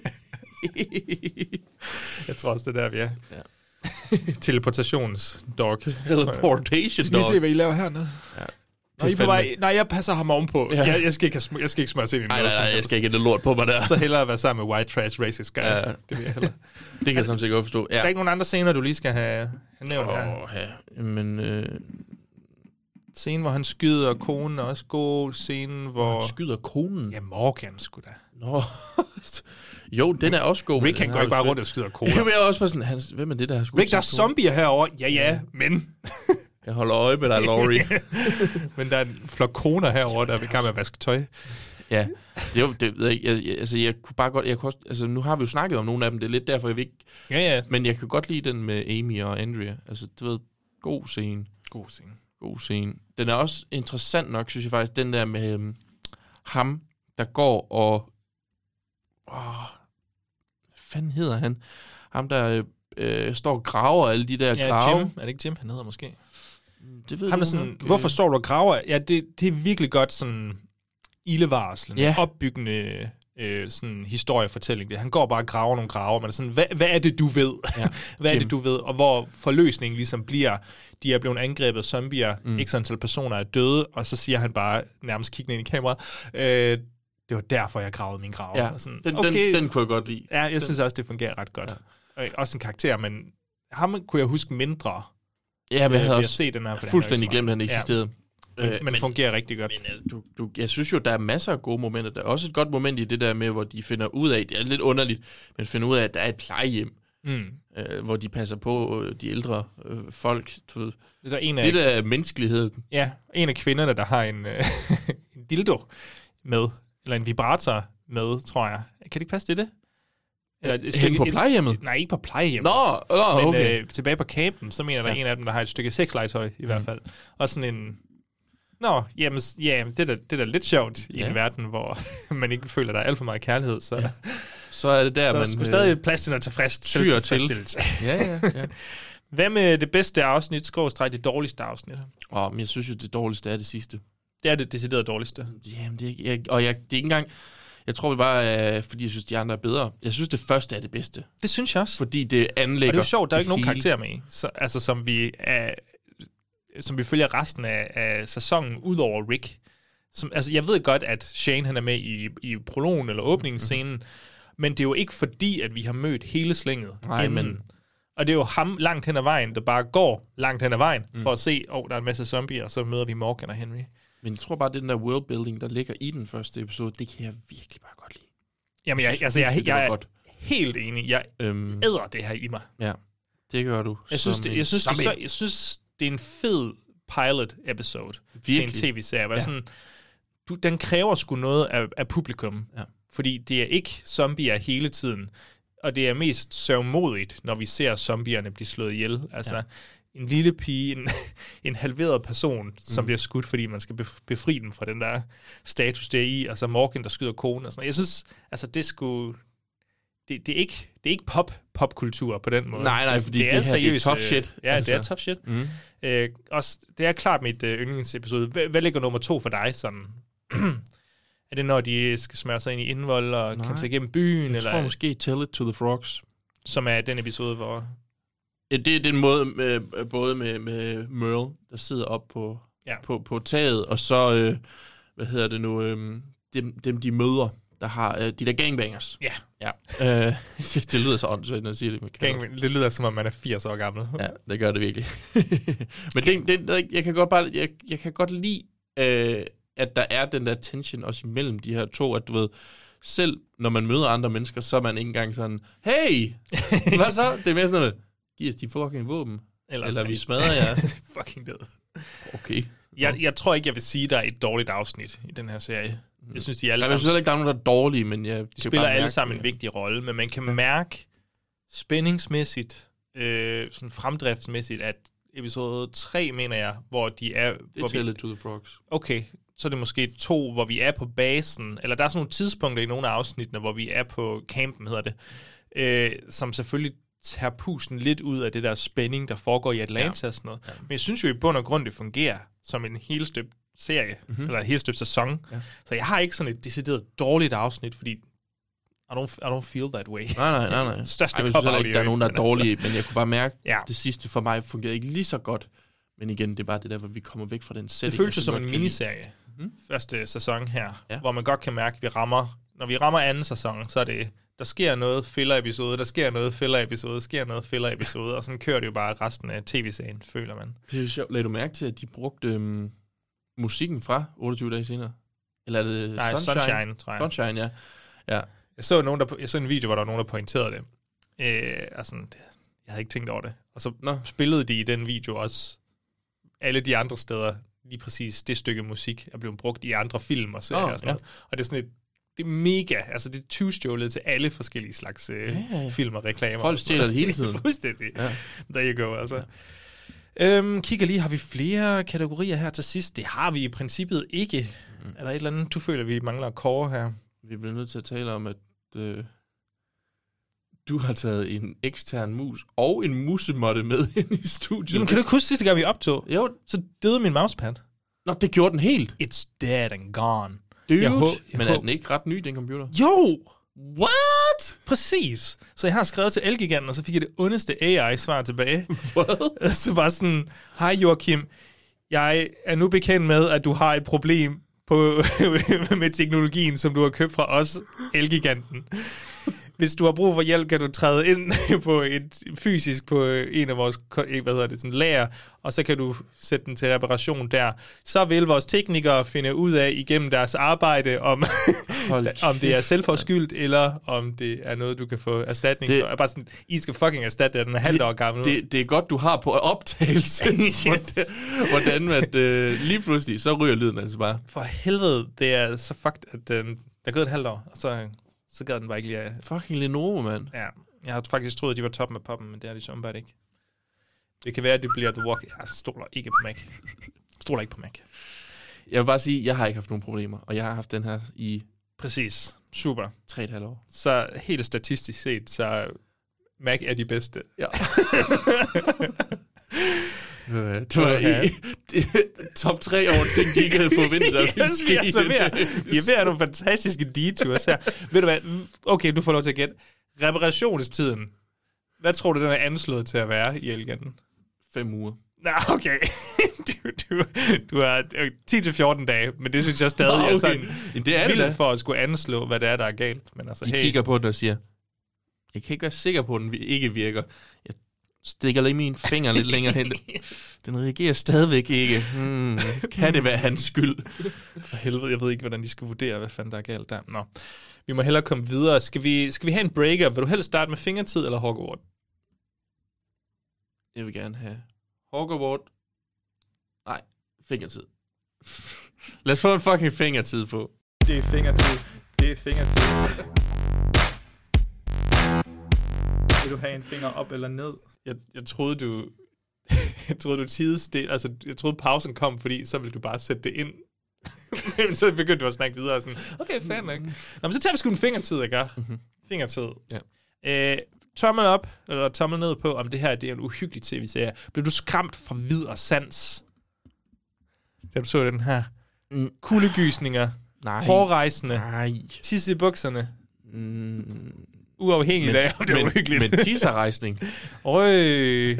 Jeg tror også, det er der, vi er. Ja. Teleportationsdog. Teleportation Dog. Skal vi se, hvad I laver hernede? Ja. Nej, på vej, nej, jeg passer ham ovenpå. Ja. Jeg, jeg, skal ikke, jeg skal ikke smøre ind i noget. Nej, nej, jeg skal ikke have det lort på mig der. Så hellere være sammen med white trash racist guy. Ja. Det vil jeg hellere. Det kan jeg samtidig godt forstå. Ja. Der er ikke nogen andre scener, du lige skal have, have nævnt oh, her? Ja. Men... Øh... Scenen, hvor han skyder konen, er også god. Scenen, hvor... Han skyder konen? Ja, Morgan sgu da. Nå... Jo, den er også god. Rick, han går ikke bare rundt og skyder koner. Jeg er også bare sådan, han, hvem er det, der har skudt? Rick, der er zombier herovre. Ja, ja, men... Jeg holder øje med dig, Laurie. Men der er en flok koner herovre, der er i gang med at vaske tøj. Ja, det er jo, det ved jeg, jeg, jeg, altså jeg kunne bare godt, jeg kunne også, altså nu har vi jo snakket om nogle af dem, det er lidt derfor, jeg vil ikke... Ja, ja. Men jeg kan godt lide den med Amy og Andrea. Altså, du ved, god scene. God scene. God scene. Den er også interessant nok, synes jeg faktisk, den der med um, ham, der går og... Åh, hvad fanden hedder han? Ham, der øh, står og graver alle de der ja, grave. Jim. Er det ikke Jim, han hedder måske? Det ved ham er sådan, nok. Hvorfor står du og graver? Ja, det, det er virkelig godt sådan ildevarslende, ja. opbyggende øh, sådan historiefortælling. Det. Han går bare og graver nogle graver, men er sådan, hvad, hvad er det, du ved? Ja. Hvad er Jim. det, du ved? Og hvor forløsningen ligesom bliver, de er blevet angrebet af zombier, mm. ikke sådan antal personer er døde, og så siger han bare, nærmest kiggende ind i kameraet, øh, det var derfor, jeg gravede min grav. Ja, sådan, den, okay. den, den kunne jeg godt lide. Ja, jeg den. synes også, det fungerer ret godt. Ja. Også en karakter, men ham kunne jeg huske mindre. Ja, men jeg havde også set den her, fuldstændig glemt, at han eksisterede. Ja. Men, øh, men fungerer rigtig godt. Men, altså, du, du, jeg synes jo, der er masser af gode momenter. Der er også et godt moment i det der med, hvor de finder ud af, det er lidt underligt, men finder ud af, at der er et plejehjem, mm. øh, hvor de passer på øh, de ældre øh, folk. Du ved. Det er en af, det der er menneskelighed. Ja, en af kvinderne, der har en, øh, en dildo med, eller en vibrator med, tror jeg. Kan det ikke passe, det det? Eller stykke, på plejehjemmet? Et, nej, ikke på plejehjemmet. Nå, nå okay. Men øh, tilbage på campen, så mener der ja. en af dem, der har et stykke sexlegetøj i mm. hvert fald. Og sådan en... Nå, jamen, ja, det er da, det er da lidt sjovt ja. i en verden, hvor man ikke føler, der er alt for meget kærlighed. Så, ja. så er det der, så man... Så stadig plads til noget syr til. Ja, ja, ja. Hvad med det bedste afsnit, skråstreg det dårligste afsnit? Åh, oh, men jeg synes jo, det dårligste er det sidste. Det er det decideret dårligste. Jamen, det er, jeg, og jeg, det er ikke engang... Jeg tror bare, øh, fordi jeg synes, de andre er bedre. Jeg synes, det første er det bedste. Det synes jeg også. Fordi det anlægger... Og det er jo sjovt, der er ikke nogen karakter med i. Så, altså, som vi, er, som vi følger resten af, af sæsonen, ud over Rick. Som, altså, jeg ved godt, at Shane han er med i, i prologen eller åbningsscenen, mm-hmm. men det er jo ikke fordi, at vi har mødt hele slænget. Nej, inden. men... Og det er jo ham langt hen ad vejen, der bare går langt hen ad vejen, mm. for at se, åh, oh, der er en masse zombier, og så møder vi Morgan og Henry. Men jeg tror bare, det er den der worldbuilding, der ligger i den første episode, det kan jeg virkelig bare godt lide. Jamen, jeg, altså, jeg, jeg, jeg er godt. helt enig. Jeg øhm, æder det her i mig. Ja, det gør du. Jeg synes, det, jeg, synes, det, så, jeg synes, det er en fed pilot-episode til en tv-serie. Ja. Sådan, du, den kræver sgu noget af, af publikum. Ja. Fordi det er ikke zombier hele tiden. Og det er mest sørgmodigt, når vi ser zombierne blive slået ihjel. Altså... Ja. En lille pige, en, en halveret person, mm. som bliver skudt, fordi man skal befri dem fra den der status der i, og så Morgan, der skyder konen og sådan noget. Jeg synes, altså det skulle, det, det, er ikke, det er ikke pop, popkultur på den måde. Nej, nej, altså, fordi det, det, er det her seriøs, det er tough shit. Ja, altså. det er tough shit. Mm. Øh, også, det er klart mit øh, yndlingsepisode. Hvad, hvad ligger nummer to for dig sådan? Er det, når de skal smøre sig ind i indvold og kæmpe sig igennem byen? Jeg eller? tror måske Tell It to the Frogs. Som er den episode, hvor... Ja, det er den måde, med, både med, med Merle, der sidder op på, ja. på, på taget, og så, øh, hvad hedder det nu, øh, dem, dem de møder, der har øh, de der gangbangers. Ja. ja. Øh, det, det lyder så åndssvagt, når jeg siger det. Gang, det lyder, som om man er firs år gammel. Ja, det gør det virkelig. Men det, det, jeg, kan godt bare, jeg, jeg kan godt lide, øh, at der er den der tension også imellem de her to, at du ved, selv når man møder andre mennesker, så er man ikke engang sådan, hey, hvad så? Det er mere sådan noget, giv os de fucking våben, eller, eller vi smadrer jer. Fucking død. Okay. Jeg, jeg tror ikke, jeg vil sige, der er et dårligt afsnit i den her serie. Jeg synes, de alle ja, sammen... Jeg synes ikke, der er nogen, der er dårlige, men jeg... De spiller alle sammen en vigtig rolle, men man kan mærke spændingsmæssigt, øh, sådan fremdriftsmæssigt, at episode tre, mener jeg, hvor de er... Det er Tell It to the Frogs. Okay, så er det måske to, hvor vi er på basen, eller der er sådan nogle tidspunkter i nogle af afsnittene, hvor vi er på campen, hedder det, øh, som selvfølgelig tager pusten lidt ud af det der spænding, der foregår i Atlanta ja. og sådan noget. Ja. Men jeg synes jo i bund og grund, det fungerer som en helstøbt serie, mm-hmm. eller en helstøbt sæson. Ja. Så jeg har ikke sådan et decideret dårligt afsnit, fordi I don't, I don't feel that way. Nej, nej, nej. nej. Største Ej, jeg synes ikke, der er nogen, der er dårlige, men jeg kunne bare mærke, ja. det sidste for mig fungerede ikke lige så godt. Men igen, det er bare det der, hvor vi kommer væk fra den setting. Det føles jo som en miniserie. Mm-hmm. Første sæson her, ja. hvor man godt kan mærke, at vi rammer, når vi rammer anden sæson, så er det, der sker noget filler-episode, der sker noget filler-episode, der sker noget filler-episode, og sådan kører det jo bare resten af tv-serien, føler man. Det er jo sjovt. Lagde du mærke til, at de brugte øhm, musikken fra otteogtyve dage senere? Eller er det Nej, Sunshine? Sunshine, tror jeg. Sunshine, ja. ja. Jeg så, nogen, der, jeg så en video, hvor der var nogen, der pointerede det. Øh, altså, jeg havde ikke tænkt over det. Og så Nå. spillede de i den video også alle de andre steder, lige præcis det stykke musik er blevet brugt i andre film og serier. Oh, og, sådan ja. og det er sådan et, det er mega, altså det er tyvstjålet til alle forskellige slags øh, ja, ja, ja. film og reklamer. Folk stjæler det hele tiden. Fuldstændig. Ja. There you go, altså. Ja. Øhm, kigger lige, har vi flere kategorier her til sidst? Det har vi i princippet ikke. Mm. Er der et eller andet, du føler, vi mangler kåre her? Vi bliver nødt til at tale om, at øh, du har taget en ekstern mus og en musemåtte med ind i studiet. Jamen, kan du ikke huske sidste gang, vi optog? Jo. Så døde min mousepad. Nå, det gjorde den helt. It's dead and gone. Dude. Jeg hå- jeg men er hå- den ikke ret ny, den computer? Jo! What? Præcis. Så jeg har skrevet til Elgiganten, og så fik jeg det ondeste A I-svar tilbage. What? Så var sådan, hej Joachim, jeg er nu bekendt med, at du har et problem på med teknologien, som du har købt fra os, Elgiganten. Hvis du har brug for hjælp, kan du træde ind på et fysisk på en af vores hvad hedder det, sådan lager, og så kan du sætte den til reparation der. Så vil vores teknikere finde ud af igennem deres arbejde, om, om det er selvforskyldt, eller om det er noget, du kan få erstatning det, for. Bare sådan, I skal fucking erstatte det, den er halvt år gammel. Det, det er godt, du har på optagelse, yes. hvordan, hvordan at, øh, lige pludselig, så ryger lyden altså bare. For helvede, det er så fucked, at øh, der er gået et halvt år, og så... Så gad den bare ikke lige af... Fucking Lenovo, mand. Ja, jeg har faktisk troet, at de var toppen af poppen, men det er de så åbenbart ikke. Det kan være, at det bliver The Walk... Jeg stoler ikke på Mac. Stoler ikke på Mac. Jeg vil bare sige, at jeg har ikke haft nogen problemer, og jeg har haft den her i... Præcis. Super. Tre et halvt år. Så helt statistisk set, så Mac er de bedste. Ja. Det var okay. i top tre over ting, de ikke havde forventet, at vi ske. Altså, vi er ved at nogle fantastiske detours her. Ved du hvad? Okay, du får lov til at gætte. Reparationstiden. Hvad tror du, den er anslået til at være i Elgiganten? Fem uger. Nå, okay. du, du, du har ti til fjorten dage, men det synes jeg stadig okay. er sådan det er vildt for at skulle anslå, hvad det er, der er galt. Men altså, de hey. kigger på den og siger, jeg kan ikke være sikker på, at den ikke virker. Jeg stikker lige min finger lidt længere hen. Den reagerer stadigvæk ikke. Hmm, kan det være hans skyld? For helvede, jeg ved ikke, hvordan de skal vurdere, hvad fanden der er galt der. Nå. Vi må hellere komme videre. Skal vi, skal vi have en breaker? Vil du helst starte med fingertid eller Hogwarts? Jeg vil gerne have Hogwarts. Nej, fingertid. Lad os få en fucking fingertid på. Det er fingertid. Det er fingertid. Vil du have en finger op eller ned? Jeg, jeg troede, du... jeg troede, du tidestil... Altså, jeg troede, pausen kom, fordi så ville du bare sætte det ind. Men så begyndte du at snakke videre og sådan, okay, fair nok. Nå, men så tager vi sgu en fingertid, ikke? Mm-hmm. Fingertid. Ja. Øh, tommel op, eller tommel ned på, om det her det er en uhyggelig tv-serie. Blev du skræmt fra vid og sans, da du så den her? Mm. Kuldegysninger, hårrejsende, nej. tisse i bukserne. Mm. Uafhængigt men, af, om det men, var uhyggeligt. Men tisserejsning. Øj.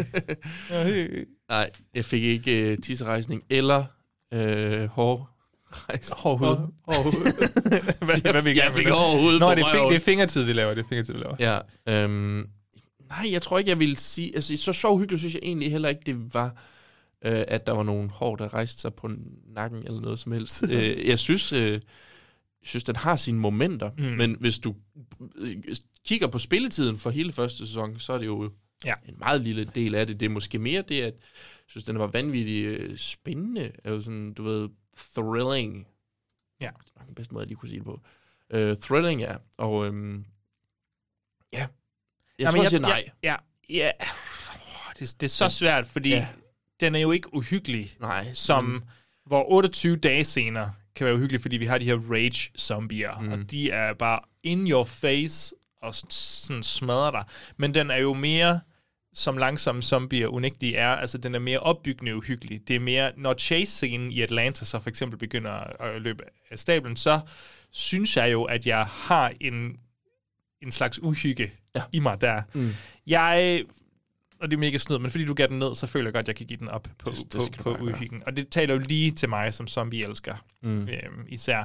Nej, jeg fik ikke uh, tisserejsning eller uh, hårrejsning. Hårhud. Hårhud. hvad, hvad vi jeg fik hårhud Nå, på det er, fing, det er fingertid, vi laver. Det er fingertid, vi laver. Ja. Um, nej, jeg tror ikke, jeg ville sige... Altså, så så uhyggeligt synes jeg egentlig heller ikke, det var, uh, at der var nogen hår, der rejste sig på nakken eller noget som helst. uh, jeg synes... Uh, Jeg synes, den har sine momenter, mm. men hvis du kigger på spilletiden for hele første sæson, så er det jo ja. en meget lille del af det. Det er måske mere det, at jeg synes, den var vanvittigt spændende, eller sådan, du ved, thrilling. Ja. Det er den bedste måde, jeg lige kunne sige det på. Uh, thrilling, ja. Og um, ja, jeg Jamen, tror, jeg siger nej. Ja, ja. ja. Det, det er så svært, fordi ja. den er jo ikke uhyggelig, nej, som men... hvor otteogtyve dage senere kan være uhyggeligt, fordi vi har de her rage-zombier, mm. og de er bare in your face og sådan smadrer dig. Men den er jo mere, som langsomme zombier unægteligt er, altså den er mere opbyggende uhyggelig. Det er mere, når chase-scenen i Atlanta så for eksempel begynder at løbe af stablen, så synes jeg jo, at jeg har en, en slags uhygge ja. i mig der. Mm. Jeg... Og det er mega snyd, men fordi du gav den ned, så føler jeg godt, at jeg kan give den op på, det, det på, på uhyggen. Og det taler jo lige til mig som zombie-elsker, mm. øhm, især.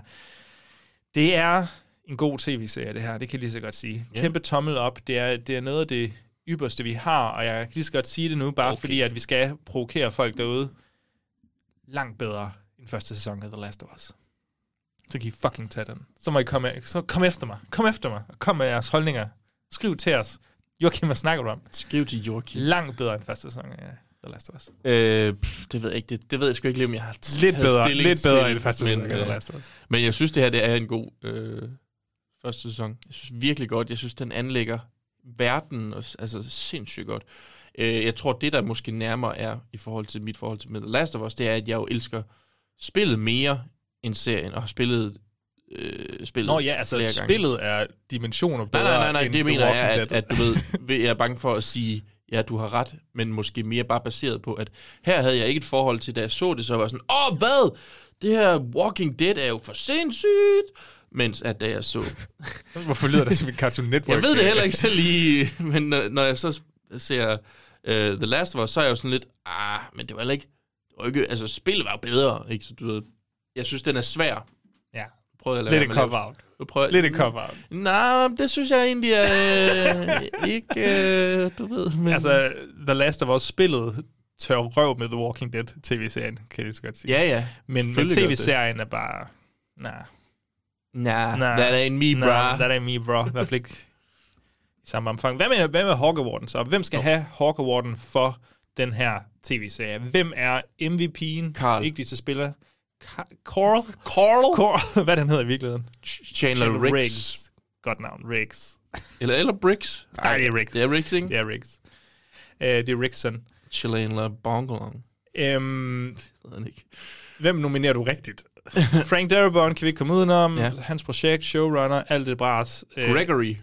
Det er en god tv-serie, det her. Det kan jeg lige så godt sige. Yeah. Kæmpe tommel op. Det er, det er noget af det ypperste, vi har, og jeg kan lige så godt sige det nu, bare okay. fordi, at vi skal provokere folk derude langt bedre end første sæson af The Last of Us. Så kan I fucking tage den. Så må I komme, så kom efter mig. Kom efter mig. Kom med jeres holdninger. Skriv til os. Joachim, hvad snakker du om? Skriv til Joachim. Langt bedre end første sæson af The Last of Us. Øh, det ved jeg ikke. Det, det ved jeg sgu ikke lige, om jeg har t- lidt bedre, lidt bedre til, end første sæson af The Last of Us. Men jeg synes, det her det er en god øh, første sæson. Jeg synes virkelig godt. Jeg synes, den anlægger verden og, altså sindssygt godt. Øh, jeg tror, det der måske nærmere er i forhold til mit forhold til med The Last of Us, det er, at jeg jo elsker spillet mere end serien, og har spillet Øh, spillet. Nå ja, altså spillet er dimensioner bedre. Nej, nej, nej, nej. end det mener jeg, at, at at du ved, jeg er bange for at sige, ja, du har ret, men måske mere bare baseret på, at her havde jeg ikke et forhold til, da jeg så det, så var jeg sådan, åh, hvad? Det her Walking Dead er jo for sindssygt. Mens at da jeg så... Hvorfor lyder det som en Cartoon Network? Jeg ved det heller ikke selv lige, men når, når jeg så ser uh, The Last of Us, så er jeg jo sådan lidt, ah, men det var heller ikke... Det var ikke altså, spillet var jo bedre, ikke? Så du ved, jeg synes, den er svær. Ja. Lidt et cop-out. Prøv, Lidt et cop-out. Nej, det synes jeg egentlig er øh, ikke, øh, du ved. Men... Altså, The Last of Us spillet tør røv med The Walking Dead tv-serien, kan jeg så godt sige. Ja, ja. Men, men tv-serien er bare... Nah. Nah, nah, that ain't me, bro. Nah, that ain't me, bro. I hvert fald ikke i samme omfang. Hvad med, hvad med Hawk Awarden så? Hvem skal oh. have Hawk Awarden for den her tv-serie? Hvem er M V P'en? Carl. Ikke de til spiller. Carl? Carl? Carl? Hvad den hedder i virkeligheden? Chandler, Chandler Riggs. Riggs. Godt navn, Riggs. Eller, eller Briggs. Nej, det er Riggs. Det er Riggs, ikke? Det er Riggs. Uh, det er Riggson. Chandler Bongalong. Um, hvem nominerer du rigtigt? Frank Darabont kan vi ikke komme udenom. Ja. Hans projekt, showrunner, alt det bras. Uh, Gregory.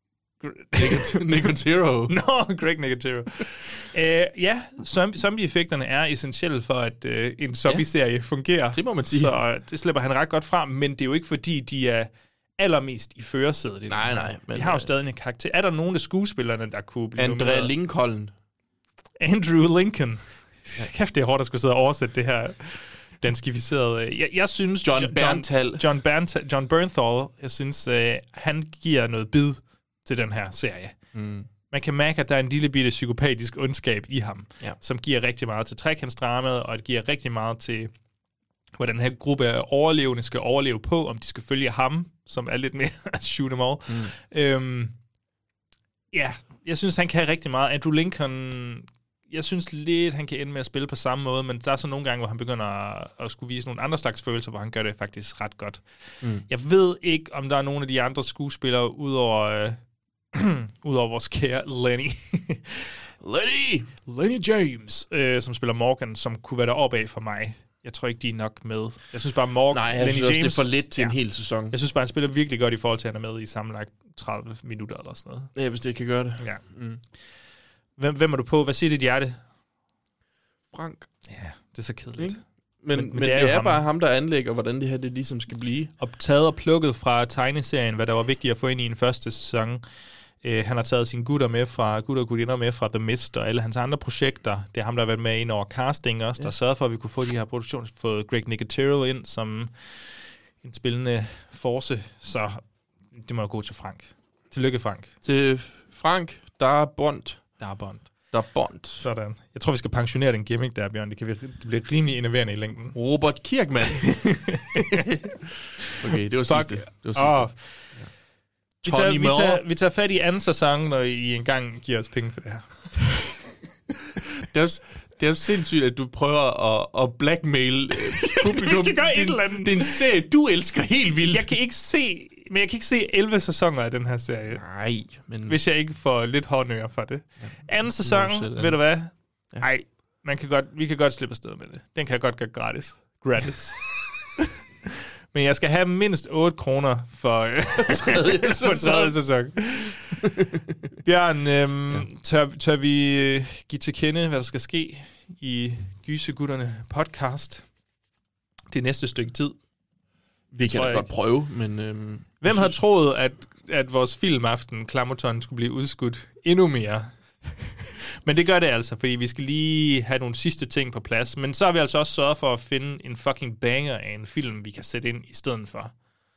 Nicotero. Nå, no, Greg Nicotero. uh, ja, zombie-effekterne er essentielle for, at uh, en zombie-serie ja. fungerer. Det må man sige. Så uh, det slipper han ret godt fra, men det er jo ikke, fordi de er allermest i førersædet. Nej, nej. Men vi har jo stadig en karakter. Er der nogen af skuespillerne, der kunne blive Andrea nomineret? Lincoln. Andrew Lincoln. Ja. Kæft, det er hårdt at skulle sidde og oversætte det her danskificerede. Jeg, jeg synes... John Bernthal. John, John, John Bernthal, jeg synes, uh, han giver noget bid til den her serie. Mm. Man kan mærke, at der er en lille bitte psykopatisk ondskab i ham, ja. som giver rigtig meget til trekantsdramaet, og det giver rigtig meget til, hvordan den her gruppe af overlevende skal overleve på, om de skal følge ham, som er lidt mere shoot em all. Mm. Øhm, ja, jeg synes, han kan rigtig meget. Andrew Lincoln, jeg synes lidt, han kan ende med at spille på samme måde, men der er så nogle gange, hvor han begynder at, at skulle vise nogle andre slags følelser, hvor han gør det faktisk ret godt. Mm. Jeg ved ikke, om der er nogle af de andre skuespillere, udover... Øh, Udover vores kære Lenny. Lenny! Lenny James, øh, som spiller Morgan, som kunne være deroppe af for mig. Jeg tror ikke, de er nok med. Jeg synes bare, Morgan... Nej, jeg Lenny synes også, James, det er for lidt til ja. en hel sæson. Jeg synes bare, han spiller virkelig godt i forhold til, at han er med i sammenlagt tredive minutter eller sådan noget. Ja, hvis det kan gøre det. Ja. Mm. Hvem, hvem er du på? Hvad siger dit hjerte? Frank. Ja, det er så kedeligt. Men, men, men, men det er, det er ham. bare ham, der anlægger, hvordan det her det ligesom skal blive. Og taget og plukket fra tegneserien, hvad der var vigtigt at få ind i en første sæson. Uh, han har taget sine gutter med fra gutter og gutinder med fra The Mist og alle hans andre projekter. Det er ham, der har været med ind over casting også, ja. Der sørgede for, at vi kunne få de her produktioner. Fået Greg Nicotero ind som en spillende force. Så det må jo gå til Frank. Tillykke, Frank. Til Frank, der er Bond. Der er Bond. Der er Bond. Sådan. Jeg tror, vi skal pensionere den gimmick der, Bjørn. Det kan det bliver rimelig innoverende i længden. Robert Kirkman. Okay, det var Fuck. sidste. Det var sidste. Oh. Ja. Vi, tager, vi, tager, vi tager fat i anden sæson, når I engang giver os penge for det her. det, er også, det er også sindssygt, at du prøver at, at blackmail publikum. Vi skal gøre din, et eller andet. Det er en serie, du elsker helt vildt. Jeg kan ikke se... Men jeg kan ikke se elleve sæsoner af den her serie. Nej, men... Hvis jeg ikke får lidt hårdnøjer for det. Ja. Anden sæson, ved du hvad? Nej, ja. man kan godt, vi kan godt slippe afsted med det. Den kan jeg godt gøre gratis. Gratis. Men jeg skal have mindst otte kroner for, øh, for tredje sæson. Bjørn, øhm, ja. tør, tør vi øh, give til kende, hvad der skal ske i Gysegutterne podcast det næste stykke tid? Vi kan da godt prøve, men... Øhm, Hvem havde troet, at, at vores filmaften, Klammerton, skulle blive udskudt endnu mere? Men det gør det altså, fordi vi skal lige have nogle sidste ting på plads. Men så har vi altså også sørget for at finde en fucking banger af en film, vi kan sætte ind i stedet for.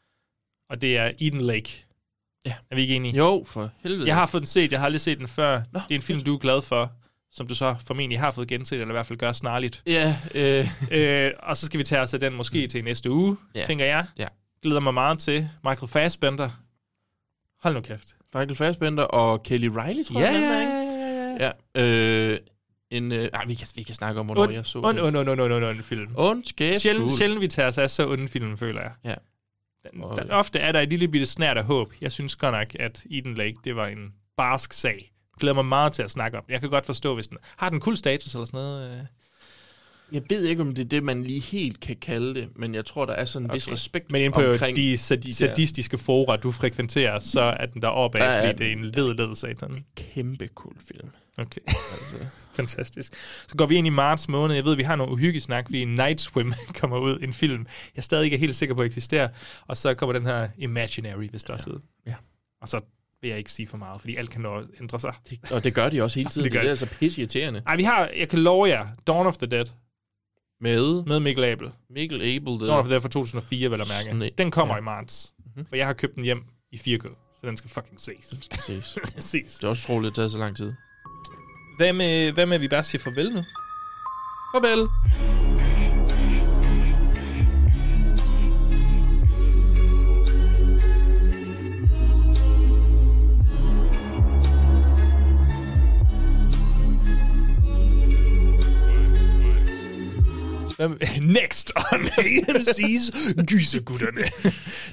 Og det er Eden Lake. Ja. Er vi ikke enige? Jo, for helvede. Jeg har fået den set, jeg har aldrig set den før. Nå, det er en film, du er glad for, som du så formentlig har fået genset, eller i hvert fald gør snarligt. Ja. Øh. øh, og så skal vi tage os af den måske til næste uge, ja. tænker jeg. Ja. Glæder mig meget til. Michael Fassbender. Hold nu kæft. Michael Fassbender og Kelly Reilly, tror ja, jeg. Ja, ja, ja. ja. Øh, en, øh, ej, vi, kan, vi kan snakke om, hvornår und, jeg så und, und, und, und, und, und, film. Ondskabsfuld. Sjældent, sjældent vi tager os af så onde film, føler jeg. Ja. Den, der, ofte er der et lille bitte snært af håb. Jeg synes godt nok, at Eden Lake, det var en barsk sag. Jeg glæder mig meget til at snakke om. Jeg kan godt forstå, hvis den har den kul status eller sådan noget. Jeg ved ikke, om det er det, man lige helt kan kalde det, men jeg tror, der er sådan en okay. vis respekt men inde på omkring de, sad- de sadistiske fora, du frekventerer, så er den der oppe af, ja, fordi det er en led-led satan. Kæmpe cool film. Okay. Altså. Fantastisk. Så går vi ind i marts måned. Jeg ved, vi har nogle uhyggesnak, fordi Night Swim kommer ud, en film, jeg stadig ikke er helt sikker på at eksistere. Og så kommer den her Imaginary, hvis der ja. også ud. Ja. Og så vil jeg ikke sige for meget, fordi alt kan nå at ændre sig. Det, og det gør de også hele tiden. det, det er altså pisseirriterende. Ej, vi har, jeg kan love jer, Dawn of the Dead. Med? Med Mikkel Abel. Mikkel Abel. Det. Dawn of the Dead fra to tusind og fire, vil jeg mærke. Sådan, den kommer ja. i marts. Mm-hmm. For jeg har købt den hjem i fire K, så den skal fucking ses. Den skal ses. ses. Det er også troligt, at det tager så lang tid. Hvad med, hvad med, vi bare siger farvel nu? Farvel. Next on A M C's Gysegutterne.